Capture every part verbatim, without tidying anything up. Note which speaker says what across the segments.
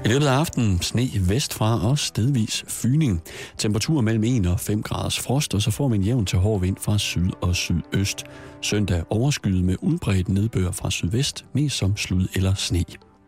Speaker 1: I løbet af aftenen sne vestfra og stedvis fyning. Temperatur mellem en og fem graders frost, og så får man jævn til hård vind fra syd og sydøst. Søndag overskyet med udbredt nedbør fra sydvest, mest som slud eller sne.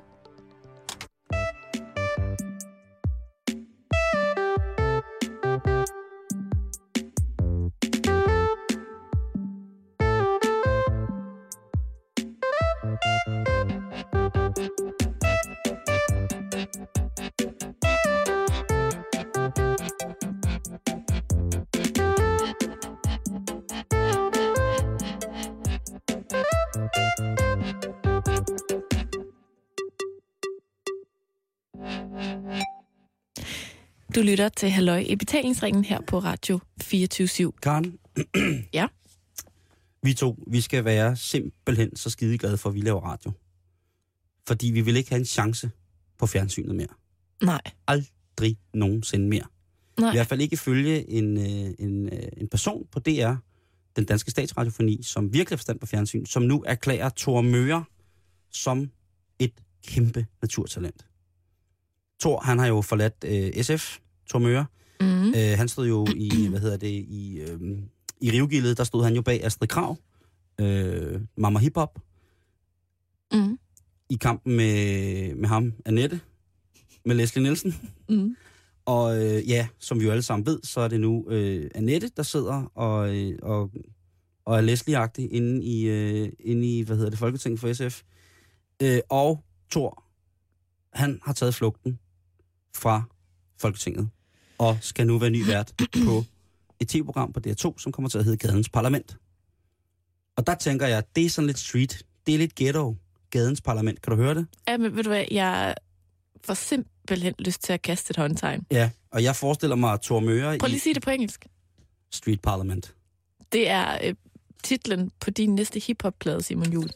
Speaker 2: Du lytter til Halløj i betalingsringen her på Radio fireogtyve syv.
Speaker 3: Karen?
Speaker 2: Ja?
Speaker 3: Vi to, vi skal være simpelthen så skide glade for, at vi laver radio. Fordi vi vil ikke have en chance på fjernsynet mere.
Speaker 2: Nej.
Speaker 3: Aldrig nogensinde mere.
Speaker 2: Nej.
Speaker 3: I hvert fald ikke følge en, en, en person på D R, den danske statsradiofoni, som virkelig har forstand på fjernsyn, som nu erklærer Thor Möger som et kæmpe naturtalent. Thor, han har jo forladt øh, S F, Thor Möger. Mm. Øh, han stod jo i, hvad hedder det, i, øh, i Rivegildet, der stod han jo bag Astrid Krag, øh, Mamma Hip Hop, mm. i kampen med, med ham, Annette, med Leslie Nielsen. Mm. Og øh, ja, som vi jo alle sammen ved, så er det nu øh, Annette, der sidder og, øh, og, og er Leslie-agtig inde i, øh, inde i, hvad hedder det, Folketinget for S F. Øh, og Thor, han har taget flugten fra Folketinget, og skal nu være ny vært på et tv-program på D R to, som kommer til at hedde Gadens Parlament. Og der tænker jeg, det er sådan lidt street, det er lidt ghetto, Gadens Parlament. Kan du høre det?
Speaker 2: Ja, men ved du hvad, jeg får simpelthen lyst til at kaste et håndtegn.
Speaker 3: Ja, og jeg forestiller mig, at Thor Möger i...
Speaker 2: Prøv lige at sige det på engelsk.
Speaker 3: Street Parliament.
Speaker 2: Det er øh, titlen på din næste hiphop-plade, Simon Juhl.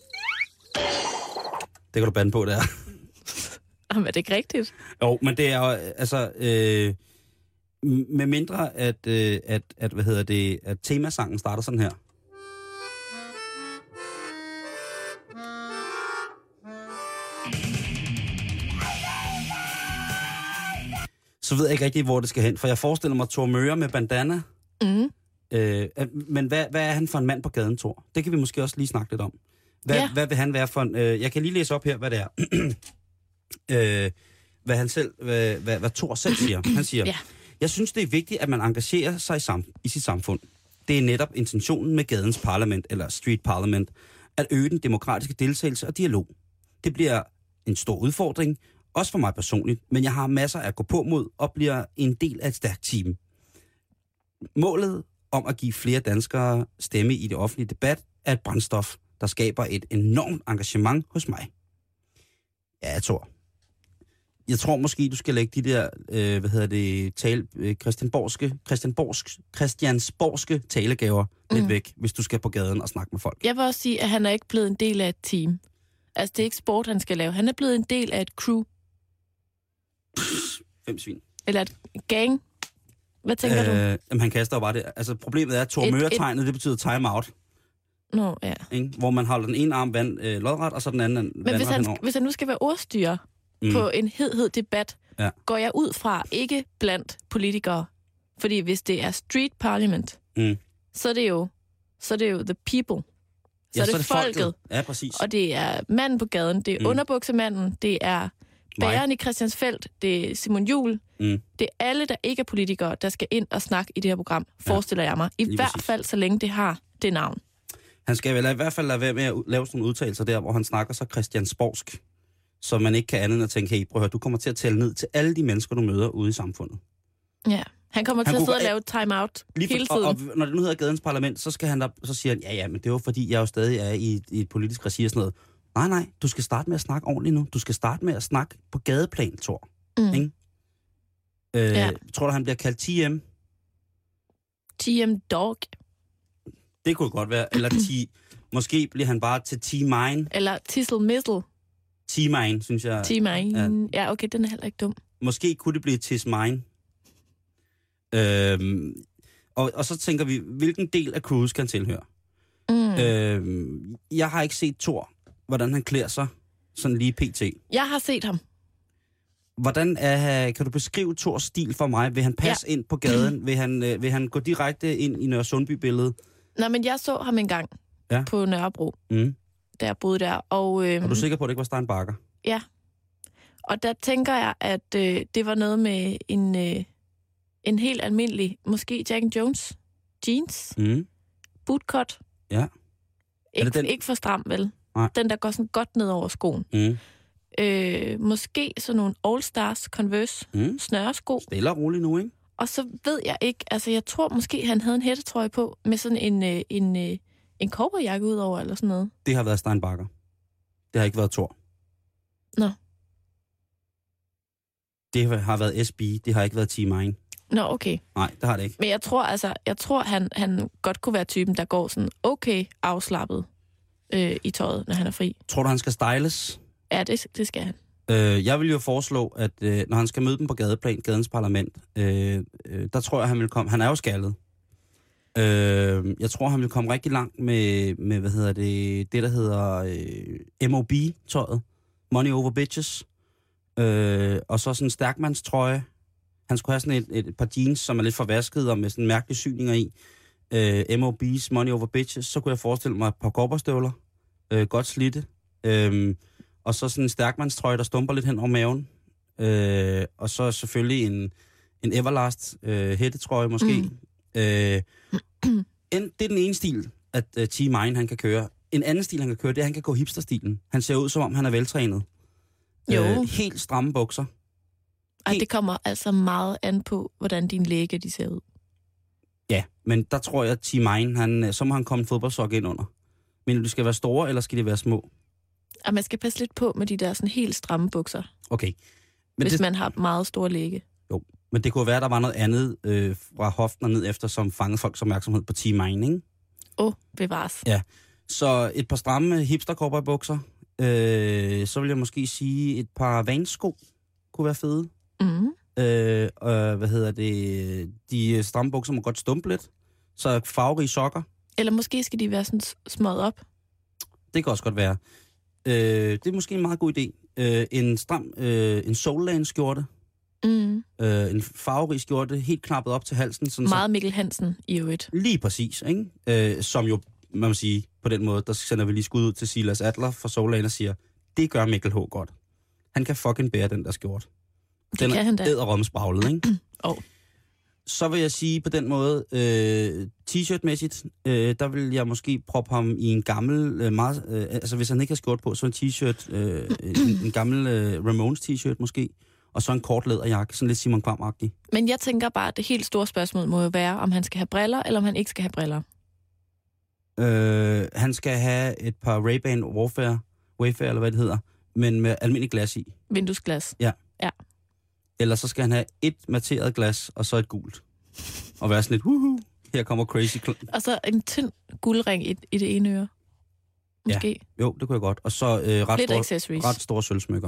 Speaker 3: Det kan du bande på, det er.
Speaker 2: Jamen, er det ikke rigtigt?
Speaker 3: Jo, men det er jo, altså, øh, med mindre, at, øh, at, at, hvad hedder det, at temasangen starter sådan her. Så ved jeg ikke rigtig, hvor det skal hen, for jeg forestiller mig Thor Möger med bandana. Mm. Øh, men hvad, hvad er han for en mand på gaden, Thor? Det kan vi måske også lige snakke lidt om. Hvad, ja. hvad vil han være for en... Øh, jeg kan lige læse op her, hvad det er. øh, hvad han selv... Hvad, hvad, hvad Thor selv siger. Han siger, ja. Jeg synes, det er vigtigt, at man engagerer sig i, sam- i sit samfund. Det er netop intentionen med gadens parlament, eller street parliament, at øge den demokratiske deltagelse og dialog. Det bliver en stor udfordring, også for mig personligt, men jeg har masser at gå på mod og bliver en del af et stærkt team. Målet om at give flere danskere stemme i det offentlige debat er et brændstof, der skaber et enormt engagement hos mig. Ja, jeg tror. Jeg tror måske, du skal lægge de der, øh, hvad hedder det, tale, øh, Christianborgske, Christianborgsk, Christiansborgske talegaver mm. lidt væk, hvis du skal på gaden og snakke med folk.
Speaker 2: Jeg vil også sige, at han er ikke blevet en del af et team. Altså, det er ikke sport, han skal lave. Han er blevet en del af et crew.
Speaker 3: Fem svin.
Speaker 2: Eller et gang. Hvad tænker øh, du?
Speaker 3: Jamen, han kaster jo bare det. Altså, problemet er, at Thor Möger-tegnet, det betyder time-out.
Speaker 2: Nå, ja.
Speaker 3: Ikke? Hvor man holder den ene arm vand, øh, lodret, og så den anden
Speaker 2: Men hvis han, hvis han nu skal være ordstyrer mm. på en hed, hed debat, ja. går jeg ud fra, ikke blandt politikere. Fordi hvis det er street parliament, mm. så er det jo så er det jo the people. Så, ja, er, det så er det folket. folket.
Speaker 3: Ja, præcis.
Speaker 2: Og det er manden på gaden, det er mm. underbuksemanden, det er bageren i Christiansfeld, det er Simon Juhl. Mm. Det er alle, der ikke er politikere, der skal ind og snakke i det her program, forestiller ja. jeg mig. I Lige hvert præcis. fald, så længe det har det navn. Han skal vel i hvert fald lade være med at lave sådan nogle udtalelser der, hvor han snakker så christiansborgsk, så man ikke kan andet end at tænke, hey, prøv at høre, du kommer til at tælle ned til alle de mennesker, du møder ude i samfundet. Ja, han kommer han til at sidde og lave time-out hele tiden. Og, og når det nu hedder Gadens Parlament, så, skal han der, så siger han, ja, ja, men det var fordi, jeg jo stadig er i, i et politisk regi og sådan noget. Nej, nej, du skal starte med at snakke ordentligt nu. Du skal starte med at snakke på gadeplan, Thor. Mm. Ikke? Øh, ja. Tror du, han bliver kaldt T M? T M Dog. Det kunne godt være. Eller T... Måske bliver han bare til T-Mine. Eller Tissel Missel. T-Mine, synes jeg. T-Mine. Ja. ja, okay, den er heller ikke dum. Måske kunne det blive Tis-Mine. Øhm, og, og så tænker vi, hvilken del af crewet skal han tilhøre? Mm. Øhm, jeg har ikke set Thor, hvordan han klæder sig, sådan lige pt. Jeg har set ham.
Speaker 3: Hvordan er, kan du beskrive Thors stil for mig? Vil han passe ja. ind på gaden? Vil han, øh, vil han gå direkte ind i Nørre Sundby-billedet?
Speaker 2: Nej, men jeg så ham engang ja. på Nørrebro, mm. da jeg boede der. Og, øhm,
Speaker 3: er du sikker på, at det ikke var Stein Bakker?
Speaker 2: Ja. Og der tænker jeg, at øh, det var noget med en, øh, en helt almindelig, måske Jack and Jones jeans, mm. bootcut.
Speaker 3: Ja.
Speaker 2: Ikke, den? ikke for stram, vel?
Speaker 3: Nej.
Speaker 2: Den, der går sådan godt ned over skoen. Mm. Øh, måske sådan nogle All Stars Converse mm. snøresko.
Speaker 3: Stille og roligt nu, ikke?
Speaker 2: Og så ved jeg ikke, altså jeg tror måske, han havde en hættetrøje på, med sådan en, en, en, en cowboyjakke ud over, eller sådan noget.
Speaker 3: Det har været Stein Bakker. Det har ikke været Thor.
Speaker 2: Nå.
Speaker 3: Det har været S B, det har ikke været Team Ein.
Speaker 2: Nå, okay.
Speaker 3: Nej, det har det ikke.
Speaker 2: Men jeg tror altså, jeg tror, han, han godt kunne være typen, der går sådan okay afslappet øh, i tøjet, når han er fri.
Speaker 3: Tror du, han skal styles?
Speaker 2: Ja, det, det skal han.
Speaker 3: Øh, jeg vil jo foreslå, at øh, når han skal møde dem på gadeplan, gadens parlament, øh, øh, der tror jeg, han vil komme... Han er jo skaldet. Øh, jeg tror, han vil komme rigtig langt med, med hvad hedder det, det der hedder øh, M O B-tøjet. Money over bitches. Øh, og så sådan en stærkmandstrøje. Han skulle have sådan et, et, et par jeans, som er lidt forvasket og med sådan mærkelige syninger i. Øh, M O B's Money over bitches. Så kunne jeg forestille mig et par kopperstøvler. Øh, godt slidte. Øh, og så sådan en stærkmandstrøje, der stumper lidt hen over maven. Øh, og så selvfølgelig en, en Everlast øh, hættetrøje måske. Mm. Øh, en, det er den ene stil, at uh, Team Ein, han kan køre. En anden stil, han kan køre, det er, at han kan gå hipsterstilen. Han ser ud, som om han er veltrænet.
Speaker 2: Jo.
Speaker 3: Øh, helt stramme bukser.
Speaker 2: Og helt... det kommer altså meget an på, hvordan dine læge de ser ud.
Speaker 3: Ja, men der tror jeg, at Team Ein, han, så må han komme en fodboldsok ind under. Men det skal være store, eller skal de være små?
Speaker 2: Og man skal passe lidt på med de der sådan helt stramme bukser.
Speaker 3: Okay. Men
Speaker 2: hvis
Speaker 3: det...
Speaker 2: man har meget store læge.
Speaker 3: Jo, men det kunne være, at der var noget andet øh, fra hoften og ned efter, som fangede folks opmærksomhed på Team Ein, ikke?
Speaker 2: Åh, oh, bevares.
Speaker 3: Ja, så et par stramme hipster-cowboy-bukser. Øh, så vil jeg måske sige, et par Vans-sko kunne være fede.
Speaker 2: Mm.
Speaker 3: Øh, øh, hvad hedder det? De stramme bukser må godt stumpe lidt. Så farverige sokker.
Speaker 2: Eller måske skal de være sådan smået op.
Speaker 3: Det kan også godt være. Øh, det er måske en meget god idé. Øh, en stram, øh, en Soulland-skjorte.
Speaker 2: Mm.
Speaker 3: Øh, en farverig skjorte, helt knappet op til halsen. Sådan
Speaker 2: meget
Speaker 3: så...
Speaker 2: Mikkel Hansen i øvrigt.
Speaker 3: Lige præcis, ikke? Øh, som jo, man må sige, på den måde, der sender vi lige skud ud til Silas Adler fra Soulland og siger, det gør Mikkel H. godt. Han kan fucking bære den der skjorte.
Speaker 2: Det
Speaker 3: den
Speaker 2: kan han da.
Speaker 3: Den er æderromsbraglet, ikke?
Speaker 2: oh.
Speaker 3: Så vil jeg sige på den måde, øh, t-shirt-mæssigt, øh, der vil jeg måske proppe ham i en gammel, øh, meget, øh, altså hvis han ikke har skjort på, så en t-shirt, øh, en, en gammel øh, Ramones t-shirt måske, og så en kort læderjakke, sådan lidt Simon Kvam-agtig.
Speaker 2: Men jeg tænker bare, at det helt store spørgsmål må jo være, om han skal have briller, eller om han ikke skal have briller.
Speaker 3: Øh, han skal have et par Ray-Ban Warfare, Wayfair, eller hvad det hedder, men med almindelig glas i.
Speaker 2: Vinduesglas.
Speaker 3: Ja.
Speaker 2: Ja.
Speaker 3: Eller så skal han have et materet glas, og så et gult. Og være sådan lidt, huhu, her kommer crazy... Cl-
Speaker 2: og så en tynd guldring i, i det ene øre. Måske.
Speaker 3: Ja, jo, det kunne jeg godt. Og så øh, ret, store, ret store sølvsmykker.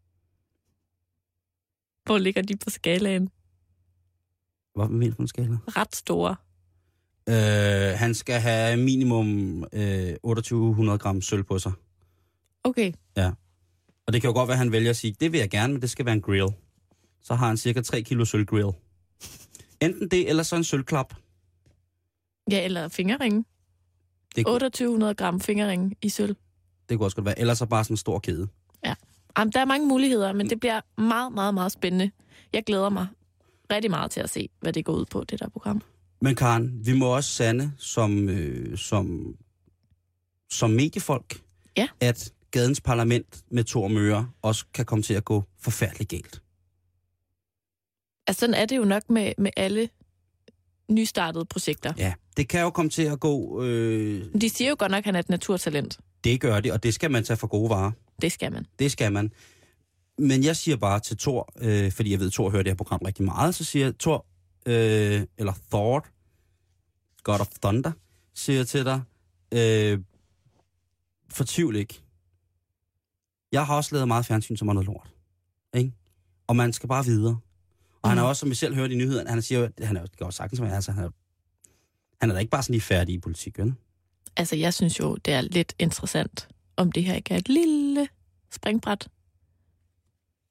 Speaker 2: Hvor ligger de på skalaen?
Speaker 3: Hvad mener du på en skala?
Speaker 2: Ret store.
Speaker 3: Øh, han skal have minimum øh, otteogtyve hundrede gram sølv på sig.
Speaker 2: Okay.
Speaker 3: Ja. Og det kan jo godt være, at han vælger at sige, det vil jeg gerne, men det skal være en grill. Så har han cirka tre kilo sølvgrill. Enten det, eller så en sølvklap.
Speaker 2: Ja, eller fingerringe. otteogtyve hundrede gram fingerringe i sølv.
Speaker 3: Det kunne også godt være. Eller så bare sådan en stor kæde.
Speaker 2: Ja. Jamen, der er mange muligheder, men det bliver meget, meget, meget spændende. Jeg glæder mig rigtig meget til at se, hvad det går ud på, det der program.
Speaker 3: Men Karen, vi må også sande som, øh, som, som mediefolk,
Speaker 2: ja.
Speaker 3: at gadens parlament med Thor Möger også kan komme til at gå forfærdeligt galt.
Speaker 2: Altså, sådan er det jo nok med, med alle nystartede projekter.
Speaker 3: Ja, det kan jo komme til at gå... Øh...
Speaker 2: De siger jo godt nok, at han er et naturtalent.
Speaker 3: Det gør de, og det skal man tage for gode varer.
Speaker 2: Det skal man.
Speaker 3: Det skal man. Men jeg siger bare til Thor, øh, fordi jeg ved, at Thor hører det her program rigtig meget, så siger jeg, Thor, øh, eller Thor, God of Thunder, siger jeg til dig, øh, fortvivl ikke. Jeg har også lavet meget fjernsyn, som er noget lort. Ikke? Og man skal bare videre. Og han er også, som vi selv hørte i nyhederne, han siger jo, han er jo godt sagtens, altså, han er, han er da ikke bare sådan lige færdig i politik, vel?
Speaker 2: Altså, jeg synes jo, det er lidt interessant, om det her ikke er et lille springbræt.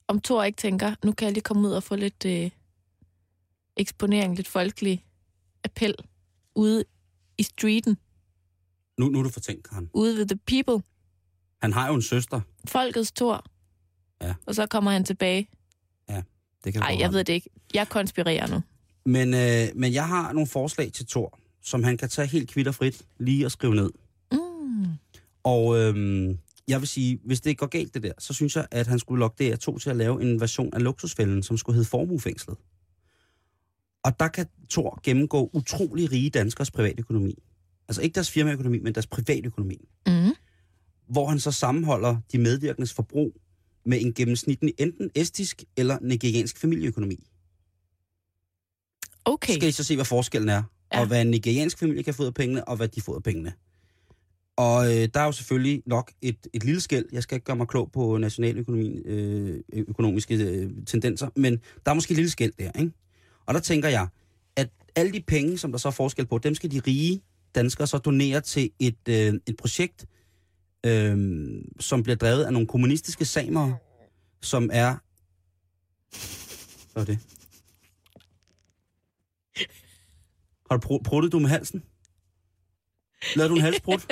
Speaker 2: om Thor ikke tænker, nu kan jeg lige komme ud og få lidt øh, eksponering, lidt folkelig appel ude i streeten.
Speaker 3: Nu, nu er du fortænkt, Karen.
Speaker 2: Ude ved the people.
Speaker 3: Han har jo en søster.
Speaker 2: Folkets Thor.
Speaker 3: Ja.
Speaker 2: Og så kommer han tilbage.
Speaker 3: Ja, det kan
Speaker 2: Nej, jeg ved det ikke. Jeg konspirerer nu.
Speaker 3: Men, øh, men jeg har nogle forslag til Thor, som han kan tage helt kvitterfrit lige og skrive ned.
Speaker 2: Mm.
Speaker 3: Og øhm, jeg vil sige, hvis det går galt det der, så synes jeg, at han skulle lokke D R to til at lave en version af Luksusfælden, som skulle hedde Formuefængslet. Og der kan Thor gennemgå utrolig rige danskers privatøkonomi. Altså ikke deres firmaøkonomi, men deres privatøkonomi.
Speaker 2: Mm.
Speaker 3: Hvor han så sammenholder de medvirkendes forbrug med en gennemsnitlig enten estisk eller nigeriansk familieøkonomi.
Speaker 2: Okay.
Speaker 3: Så skal I så se, hvad forskellen er. Ja. Og hvad en nigeriansk familie kan få ud af pengene, og hvad de får ud af pengene. Og øh, der er jo selvfølgelig nok et, et lille skel. Jeg skal ikke gøre mig klog på nationaløkonomien, øh, økonomiske øh, tendenser, men der er måske et lille skel der, ikke? Og der tænker jeg, at alle de penge, som der så er forskel på, dem skal de rige danskere så donere til et, øh, et projekt, øh, som bliver drevet af nogle kommunistiske samere, som er... Hvad er det? Har du pruttet du med halsen? Lavede du en halsprut?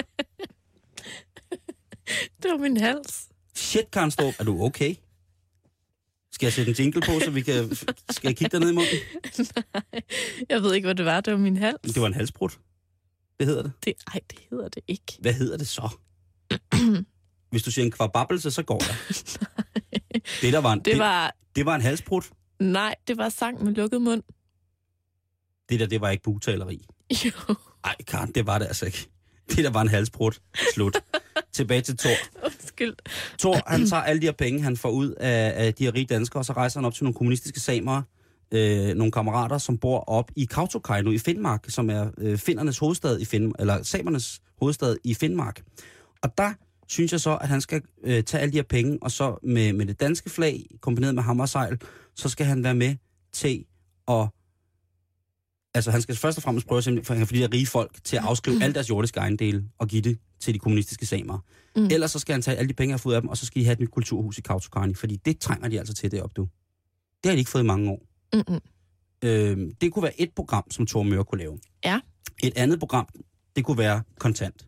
Speaker 2: Det var min hals.
Speaker 3: Shit, Karen Storp, er du okay? Skal jeg sætte en jingle på, så vi kan... Skal jeg kigge dig ned i munden?
Speaker 2: Nej, jeg ved ikke, hvad det var. Det var min hals.
Speaker 3: Det var en halsprut. Det hedder det.
Speaker 2: det ej, det hedder det ikke.
Speaker 3: Hvad hedder det så? Hvis du siger en kvababbelse, så går jeg. det, der var en,
Speaker 2: det, var...
Speaker 3: det, det var en halsprut?
Speaker 2: Nej, det var sang med lukket mund.
Speaker 3: Det der, det var ikke bugtaleri.
Speaker 2: Jo.
Speaker 3: Ej, Karen, det var det altså ikke. Det der var en halsbrud. Slut. Tilbage til Thor.
Speaker 2: Undskyld.
Speaker 3: Thor, han tager alle de her penge, han får ud af, af de her rige danskere, og så rejser han op til nogle kommunistiske samere, øh, nogle kammerater, som bor op i Kautokeino i Finnmark, som er øh, finnernes hovedstad i Finnmark, eller samernes hovedstad i Finnmark. Og der synes jeg så, at han skal øh, tage alle de her penge, og så med, med det danske flag, kombineret med hammersejl, så skal han være med til at... Altså, han skal først og fremmest prøve simpelthen for de her rige folk til at afskrive mm. alle deres jordiske ejendele og give det til de kommunistiske samere. Mm. Ellers så skal han tage alle de penge, han har fået af dem, og så skal de have et nyt kulturhus i Kautokeino, fordi det trænger de altså til deroppe, du. Det har de ikke fået i mange år.
Speaker 2: Mm-mm.
Speaker 3: Øhm, det kunne være et program, som Thor Möger kunne lave.
Speaker 2: Ja.
Speaker 3: Et andet program, det kunne være Kontant.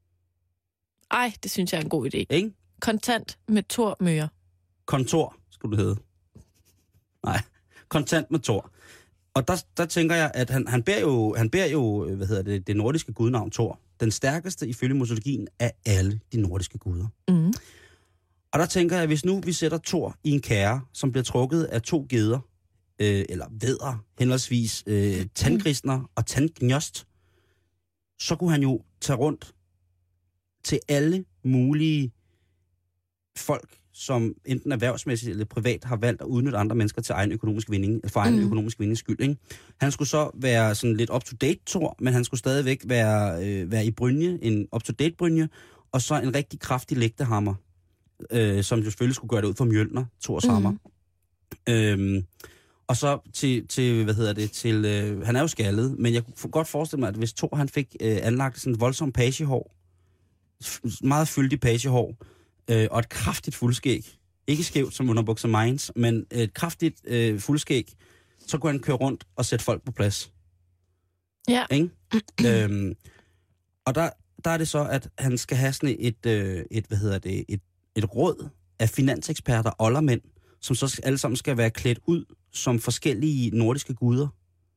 Speaker 2: Ej, det synes jeg er en god idé.
Speaker 3: Ikke?
Speaker 2: Kontant med Thor Möger.
Speaker 3: Kontor, skulle det hedde. Nej, Kontant med Thor. Og der, der tænker jeg, at han, han bærer jo, han bærer jo hvad hedder det, det nordiske gudnavn Thor. Den stærkeste ifølge mytologien af alle de nordiske guder.
Speaker 2: Mm.
Speaker 3: Og der tænker jeg, at hvis nu vi sætter Thor i en kære, som bliver trukket af to geder, øh, eller vædder, henholdsvis øh, tandgrisner og tandgnjost, så kunne han jo tage rundt til alle mulige folk, som enten erhvervsmæssigt eller privat har valgt at udnytte andre mennesker til egen økonomisk vinding, for egen mm. økonomisk vindings skyld. Ikke? Han skulle så være sådan lidt up-to-date Thor, men han skulle stadigvæk være, øh, være i brynje, en up-to-date brynje, og så en rigtig kraftig lægtehammer, øh, som jo selvfølgelig skulle gøre det ud for Mjølner, Thors mm. hammer. Øhm, og så til, til, hvad hedder det, til, øh, han er jo skaldet, men jeg kunne godt forestille mig, at hvis Thor han fik øh, anlagt sådan et voldsomt pagehår, meget fyldig pagehår, Øh, og et kraftigt fuldskæg. Ikke skævt som underbukser Mainz, men et kraftigt øh, fuldskæg. Så kunne han køre rundt og sætte folk på plads.
Speaker 2: Ja.
Speaker 3: Ikke? øhm, og der, der er det så, at han skal have sådan et, øh, et hvad hedder det, et, et råd af finanseksperter, oldermænd, som så alle sammen skal være klædt ud som forskellige nordiske guder.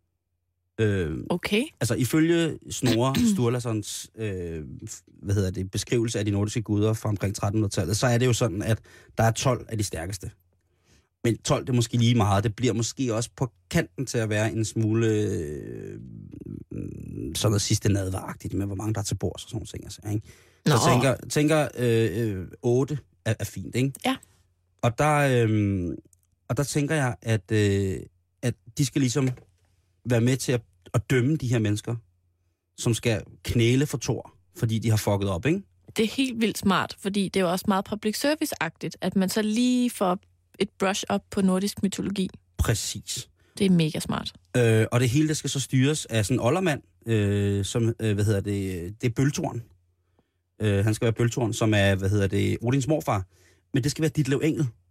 Speaker 3: Øh,
Speaker 2: okay.
Speaker 3: Altså ifølge Snorre Sturlasons øh, hvad hedder det, beskrivelse af de nordiske guder fra omkring trettenhundredetallet, så er det jo sådan, at der er tolv af de stærkeste. Men tolv det er måske lige meget. Det bliver måske også på kanten til at være en smule øh, sådan noget sidste nadvaragtigt med, hvor mange der er til bords og sådan nogle ting. Altså, ikke? Så jeg tænker, tænker øh, øh, otte er, er fint, ikke?
Speaker 2: Ja.
Speaker 3: Og der, øh, og der tænker jeg, at, øh, at de skal ligesom være med til at, at dømme de her mennesker, som skal knæle for Thor, fordi de har fucket op, ikke?
Speaker 2: Det er helt vildt smart, fordi det er jo også meget public service-agtigt, at man så lige får et brush op på nordisk mytologi.
Speaker 3: Præcis.
Speaker 2: Det er mega smart.
Speaker 3: Øh, og det hele, det skal så styres af sådan en oldermand, øh, som, øh, hvad hedder det, det er Bøltorn. Øh, han skal være Bøltorn, som er, hvad hedder det, Odins morfar. Men det skal være Ditlev Engel.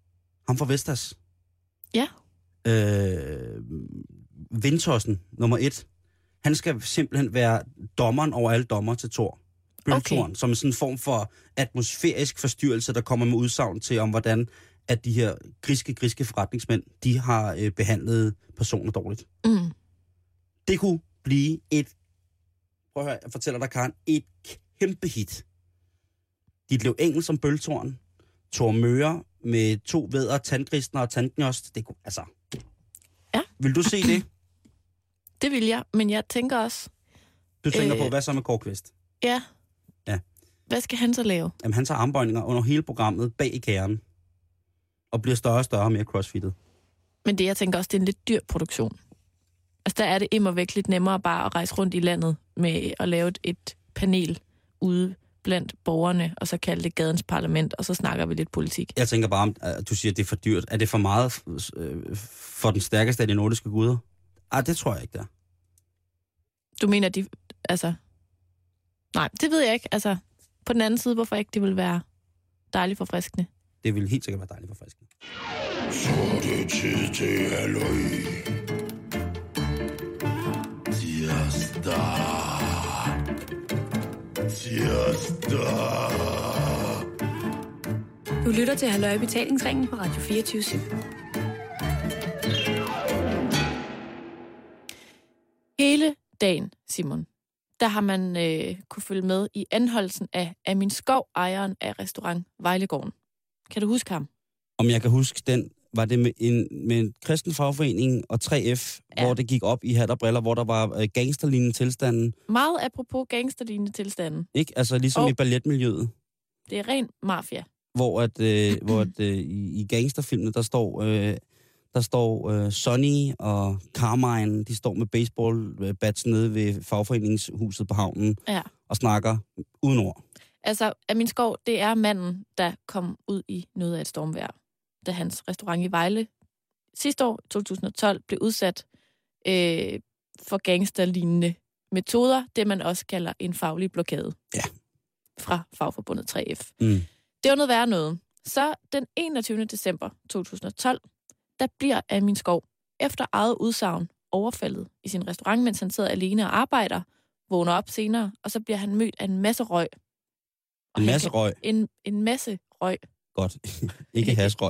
Speaker 3: Ham fra Vestas.
Speaker 2: Ja.
Speaker 3: Øh, Vindtossen, nummer et. Han skal simpelthen være dommeren over alle dommer til Thor. Bøltoren, okay. Som sådan en form for atmosfærisk forstyrrelse, der kommer med udsagn til, om hvordan at de her griske, griske forretningsmænd, de har øh, behandlet personer dårligt.
Speaker 2: Mm.
Speaker 3: Det kunne blive et, prøv at høre, jeg fortæller dig, Karen, et kæmpe hit. Ditlev Engel som Bøltoren, Thor Møre med to vædder, tandgristner og tandgnjost. Det kunne, altså...
Speaker 2: Ja.
Speaker 3: Vil du se det?
Speaker 2: Det vil jeg, men jeg tænker også...
Speaker 3: Du tænker øh, på,
Speaker 2: øh,
Speaker 3: hvad så med Kåre Kvist?
Speaker 2: Ja.
Speaker 3: Ja.
Speaker 2: Hvad skal han så lave?
Speaker 3: Jamen, han tager armbøjninger under hele programmet bag i kæren. Og bliver større og større og mere crossfittet.
Speaker 2: Men det, jeg tænker også, det er en lidt dyr produktion. Altså, der er det immervæk lidt nemmere bare at rejse rundt i landet med at lave et, et panel ude blandt borgerne, og så kalde det gadens parlament, og så snakker vi lidt politik.
Speaker 3: Jeg tænker bare, at du siger, at det er for dyrt. Er det for meget for den stærkeste af de nordiske guder? Ah, det tror jeg ikke, der.
Speaker 2: Du mener, de... Altså... Nej, det ved jeg ikke. Altså, på den anden side, hvorfor ikke det vil være dejligt forfriskende?
Speaker 3: Det vil helt sikkert være dejligt forfriskende.
Speaker 4: Så er det tid til halløj. Tirsdag. Tirsdag.
Speaker 5: Du lytter til Halløj Betalingsringen på Radio fireogtyve syv.
Speaker 2: Hele dagen, Simon, der har man øh, kunne følge med i anholdelsen af Amin Skov, ejeren af restaurant Vejlegården. Kan du huske ham?
Speaker 3: Om jeg kan huske den, var det med en, med en kristen fagforening og tre F, ja. Hvor det gik op i hat og briller, hvor der var øh, gangsterlignende tilstanden.
Speaker 2: Meget apropos gangsterlignende tilstanden.
Speaker 3: Ikke? Altså ligesom og i balletmiljøet.
Speaker 2: Det er ren mafia.
Speaker 3: Hvor at, øh, hvor at øh, i, i gangsterfilmene, der står... Øh, Der står øh, Sonny og Carmine, de står med baseballbats nede ved fagforeningshuset på havnen,
Speaker 2: ja. Og
Speaker 3: snakker uden ord.
Speaker 2: Altså, Amin Skov, det er manden, der kom ud i noget af et stormvejr, da hans restaurant i Vejle sidste år, to tusind og tolv, blev udsat øh, for gangsterlignende metoder, det man også kalder en faglig blokade.
Speaker 3: Ja.
Speaker 2: Fra fagforbundet tre F.
Speaker 3: Mm.
Speaker 2: Det var noget værre noget. Så den enogtyvende december to tusind og tolv, der bliver Amin Skov efter eget udsagn overfaldet i sin restaurant, mens han sidder alene og arbejder, vågner op senere, og så bliver han mødt af en masse røg. Og
Speaker 3: en masse røg?
Speaker 2: En, en masse røg.
Speaker 3: Godt. Ikke hasrøg.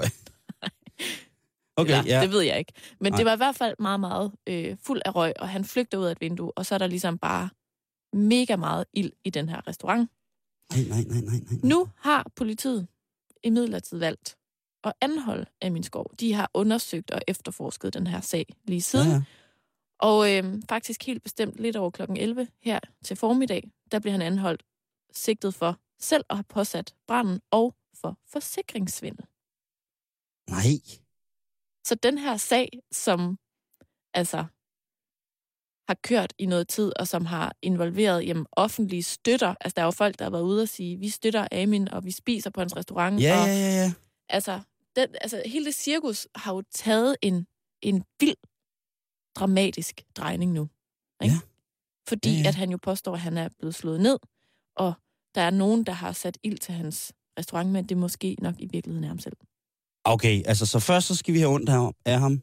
Speaker 3: Okay,
Speaker 2: ja,
Speaker 3: ja.
Speaker 2: Det ved jeg ikke. Men
Speaker 3: Nej.
Speaker 2: Det var i hvert fald meget, meget øh, fuld af røg, og han flygter ud af et vindue, og så er der ligesom bare mega meget ild i den her restaurant.
Speaker 3: Nej, nej, nej, nej, nej.
Speaker 2: Nu har politiet imidlertid valgt at anholde Amin Skov. De har undersøgt og efterforsket den her sag lige siden. Ja, ja. Og øh, faktisk helt bestemt lidt over klokken elleve her til formiddag, der bliver han anholdt sigtet for selv at have påsat branden og for forsikringssvindel.
Speaker 3: Nej.
Speaker 2: Så den her sag, som altså har kørt i noget tid, og som har involveret jamen, offentlige støtter. Altså, der er jo folk, der har været ude og sige, vi støtter Amin, og vi spiser på hans restaurant.
Speaker 3: Ja,
Speaker 2: og,
Speaker 3: ja, ja, ja.
Speaker 2: Altså, den, altså, hele det cirkus har jo taget en, en vild, dramatisk drejning nu. Ikke?
Speaker 3: Ja.
Speaker 2: Fordi
Speaker 3: ja, ja.
Speaker 2: at han jo påstår, at han er blevet slået ned, og der er nogen, der har sat ild til hans restaurant, men det er måske nok i virkeligheden er ham selv.
Speaker 3: Okay, altså så først så skal vi have ondt her af ham.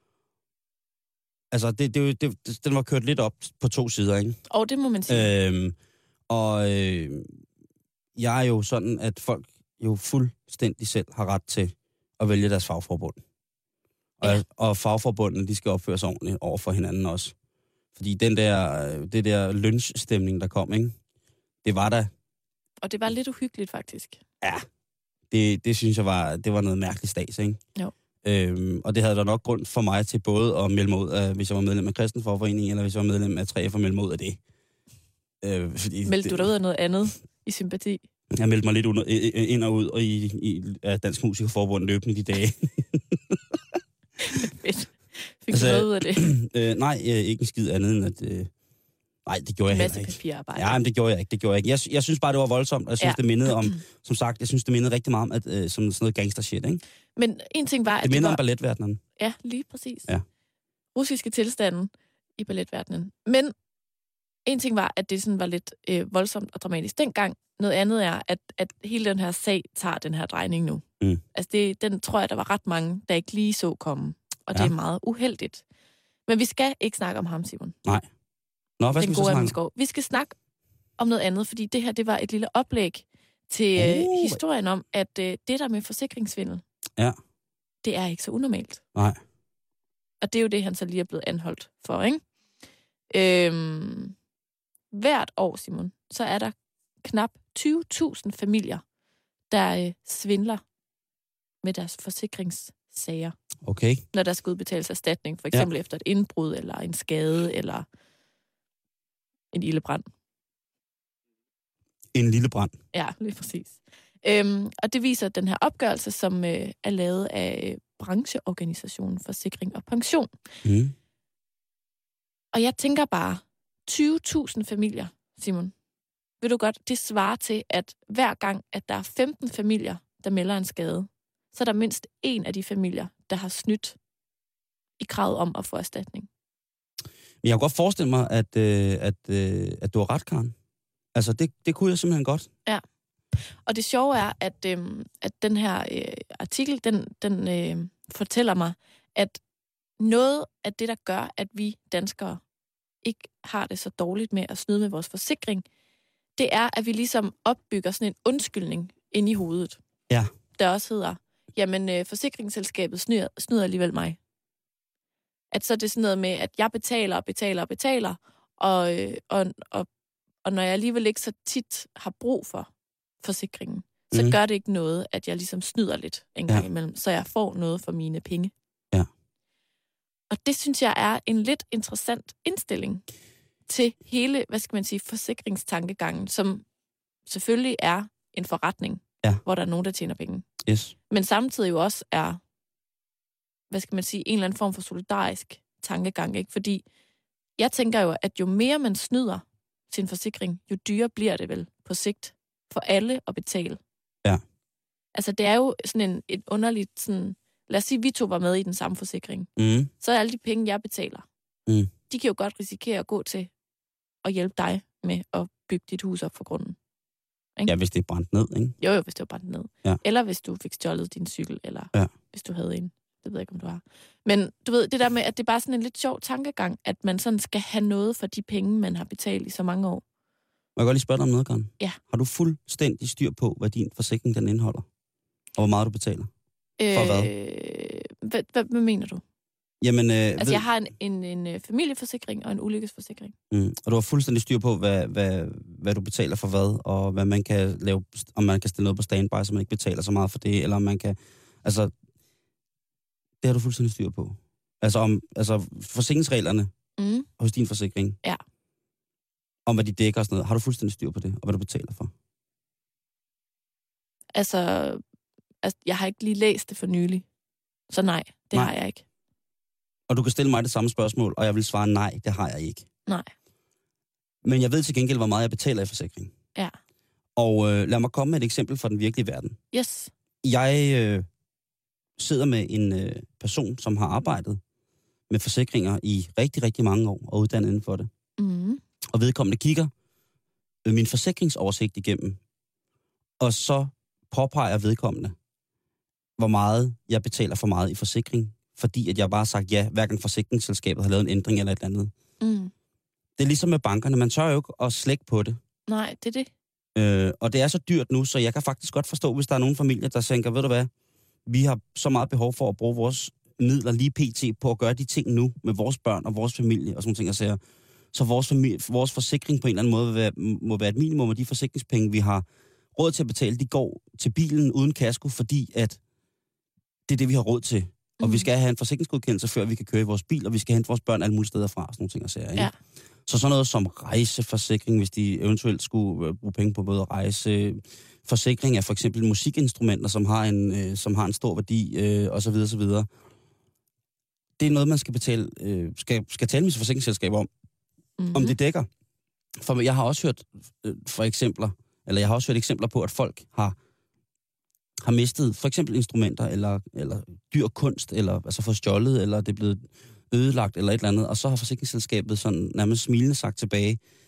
Speaker 3: Altså, det, det, det, den var kørt lidt op på to sider, ikke?
Speaker 2: Og det må man sige.
Speaker 3: Øhm, og øh, jeg er jo sådan, at folk jo fuldstændig selv har ret til at vælge deres fagforbund. Ja. Og, og fagforbundene, de skal opføre sig ordentligt over for hinanden også. Fordi den der, det der lynchstemning, der kom, ikke? Det var der.
Speaker 2: Og det var lidt uhyggeligt, faktisk.
Speaker 3: Ja, det, det synes jeg var, det var noget mærkeligt stads, ikke?
Speaker 2: Jo.
Speaker 3: Øhm, og det havde der nok grund for mig til både at melde mig ud af, hvis jeg var medlem af Kristen Fagforening, eller hvis jeg var medlem af tre F og melde mig ud af det. Øh, fordi
Speaker 2: Meldte
Speaker 3: det,
Speaker 2: du dig ud af noget andet i sympati?
Speaker 3: Jeg meldte mig lidt under, ind og ud og i, i af Dansk Musikerforbund løbende de dage.
Speaker 2: Fedt. Fik altså, du noget ud af det?
Speaker 3: Øh, nej, øh, ikke en skid andet end at... Øh, nej, det gjorde jeg heller ikke.
Speaker 2: Masse papirarbejde.
Speaker 3: Ja, men det gjorde jeg ikke. Det gjorde jeg ikke. Jeg, jeg synes bare, det var voldsomt, og jeg synes, ja. det mindede om... Som sagt, jeg synes, det mindede rigtig meget om at, øh, som sådan noget gangster shit, ikke?
Speaker 2: Men en ting var... At
Speaker 3: det mindede
Speaker 2: var...
Speaker 3: om balletverdenen.
Speaker 2: Ja, lige præcis.
Speaker 3: Ja.
Speaker 2: Russiske tilstanden i balletverdenen. Men en ting var, at det sådan var lidt øh, voldsomt og dramatisk dengang. Noget andet er, at, at hele den her sag tager den her drejning nu.
Speaker 3: Mm.
Speaker 2: Altså, det, den tror jeg, der var ret mange, der ikke lige så komme. Og ja. Det er meget uheldigt. Men vi skal ikke snakke om ham, Simon.
Speaker 3: Nej. Nå, hvad skal vi så snakke om?
Speaker 2: Vi skal snakke om noget andet, fordi det her, det var et lille oplæg til uh. historien om, at uh, det der med forsikringssvindel,
Speaker 3: ja.
Speaker 2: det er ikke så unormalt.
Speaker 3: Nej.
Speaker 2: Og det er jo det, han så lige er blevet anholdt for, ikke? Øhm, hvert år, Simon, så er der knap tyve tusind familier, der øh, svindler med deres forsikringssager.
Speaker 3: Okay.
Speaker 2: Når der skal udbetales erstatning, for eksempel ja. efter et indbrud, eller en skade, eller en ildebrand.
Speaker 3: En lille brand.
Speaker 2: Ja, lige præcis. Øhm, og det viser den her opgørelse, som øh, er lavet af brancheorganisationen Forsikring og Pension.
Speaker 3: Mm.
Speaker 2: Og jeg tænker bare, tyve tusind familier, Simon, ved du godt, det svarer til, at hver gang, at der er femten familier, der melder en skade, så er der mindst en af de familier, der har snydt i kravet om at få erstatning.
Speaker 3: Men jeg kan godt forestille mig, at, øh, at, øh, at du har ret, Karen. Altså, det, det kunne jeg simpelthen godt.
Speaker 2: Ja. Og det sjove er, at, øh, at den her øh, artikel, den, den øh, fortæller mig, at noget af det, der gør, at vi danskere ikke har det så dårligt med at snyde med vores forsikring, det er, at vi ligesom opbygger sådan en undskyldning ind i hovedet.
Speaker 3: Ja.
Speaker 2: Der også hedder, jamen øh, forsikringsselskabet snyder, snyder alligevel mig. At så er det sådan noget med, at jeg betaler og betaler og betaler, og, øh, og, og, og når jeg alligevel ikke så tit har brug for forsikringen, så mm. gør det ikke noget, at jeg ligesom snyder lidt en gang ja. imellem, så jeg får noget for mine penge.
Speaker 3: Ja.
Speaker 2: Og det synes jeg er en lidt interessant indstilling til hele, hvad skal man sige, forsikringstankegangen, som selvfølgelig er en forretning,
Speaker 3: ja.
Speaker 2: hvor der er nogen, der tjener penge.
Speaker 3: Yes.
Speaker 2: Men samtidig jo også er, hvad skal man sige, en eller anden form for solidarisk tankegang, ikke? Fordi jeg tænker jo, at jo mere man snyder sin forsikring, jo dyrere bliver det vel på sigt for alle at betale.
Speaker 3: Ja.
Speaker 2: Altså, det er jo sådan en, et underligt, sådan, lad os sige, at vi to var med i den samme forsikring.
Speaker 3: Mm.
Speaker 2: Så er alle de penge, jeg betaler,
Speaker 3: mm.
Speaker 2: de kan jo godt risikere at gå til at hjælpe dig med at bygge dit hus op for grunden. Ikke?
Speaker 3: Ja, hvis det er brændt ned, ikke?
Speaker 2: Jo, jo, hvis det var brændt ned.
Speaker 3: Ja.
Speaker 2: Eller hvis du fik stjålet din cykel, eller
Speaker 3: ja. hvis
Speaker 2: du havde en. Det ved jeg ikke, om du har. Men du ved, det der med, at det er bare sådan en lidt sjov tankegang, at man sådan skal have noget for de penge, man har betalt i så mange år.
Speaker 3: Må jeg godt lige spørge dig om noget, Karen?
Speaker 2: Ja.
Speaker 3: Har du fuldstændig styr på, hvad din forsikring den indeholder? Og hvor meget du betaler? For øh, hvad?
Speaker 2: Hvad, hvad? Hvad mener du?
Speaker 3: Jamen, øh,
Speaker 2: altså,
Speaker 3: ved...
Speaker 2: jeg har en, en, en familieforsikring og en ulykkesforsikring.
Speaker 3: Mm. Og du har fuldstændig styr på, hvad, hvad, hvad du betaler for hvad, og hvad man kan lave, om man kan stille noget på standby, så man ikke betaler så meget for det, eller om man kan... Altså, det har du fuldstændig styr på. Altså, om, altså forsikringsreglerne mm. hos din forsikring.
Speaker 2: Ja.
Speaker 3: Om hvad de dækker og sådan noget. Har du fuldstændig styr på det, og hvad du betaler for?
Speaker 2: Altså, altså jeg har ikke lige læst det for nylig. Så nej, det nej. har jeg ikke.
Speaker 3: Og du kan stille mig det samme spørgsmål, og jeg vil svare nej, det har jeg ikke.
Speaker 2: Nej.
Speaker 3: Men jeg ved til gengæld, hvor meget jeg betaler i forsikring.
Speaker 2: Ja.
Speaker 3: Og øh, lad mig komme med et eksempel fra den virkelige verden.
Speaker 2: Yes.
Speaker 3: Jeg øh, sidder med en øh, person, som har arbejdet med forsikringer i rigtig, rigtig mange år, og uddannet inden for det.
Speaker 2: Mm.
Speaker 3: Og vedkommende kigger øh, min forsikringsoversigt igennem, og så påpeger vedkommende, hvor meget jeg betaler for meget i forsikring, fordi at jeg bare har sagt ja, hver gang forsikringsselskabet har lavet en ændring eller et eller andet.
Speaker 2: Mm.
Speaker 3: Det er ligesom med bankerne, man tør jo ikke at slække på det.
Speaker 2: Nej, det er det.
Speaker 3: Øh, og det er så dyrt nu, så jeg kan faktisk godt forstå, hvis der er nogle familier, der tænker, ved du hvad, vi har så meget behov for at bruge vores midler lige pt. På at gøre de ting nu med vores børn og vores familie og sådan ting, jeg siger. Så vores, familie, vores forsikring på en eller anden måde vil være, må være et minimum af de forsikringspenge, vi har råd til at betale, de går til bilen uden kasko, fordi at det er det, vi har råd til. Og mm. vi skal have en forsikringsgodkendelse, før vi kan køre i vores bil, og vi skal hente vores børn alle mulige steder fra, og sådan nogle ting, jeg siger.
Speaker 2: Ja.
Speaker 3: Så sådan noget som rejseforsikring, hvis de eventuelt skulle bruge penge på både rejse, forsikring af for eksempel musikinstrumenter, som har en, øh, som har en stor værdi, øh, og så videre, så videre. Det er noget, man skal betale, øh, skal, skal tale med sit forsikringsselskab om, mm-hmm. om det dækker. For jeg har også hørt øh, for eksempler, eller jeg har også hørt eksempler på, at folk har har mistet for eksempel instrumenter, eller, eller dyr kunst, eller altså fået stjålet, eller det er blevet ødelagt, eller et eller andet, og så har forsikringsselskabet sådan nærmest smilende sagt tilbage,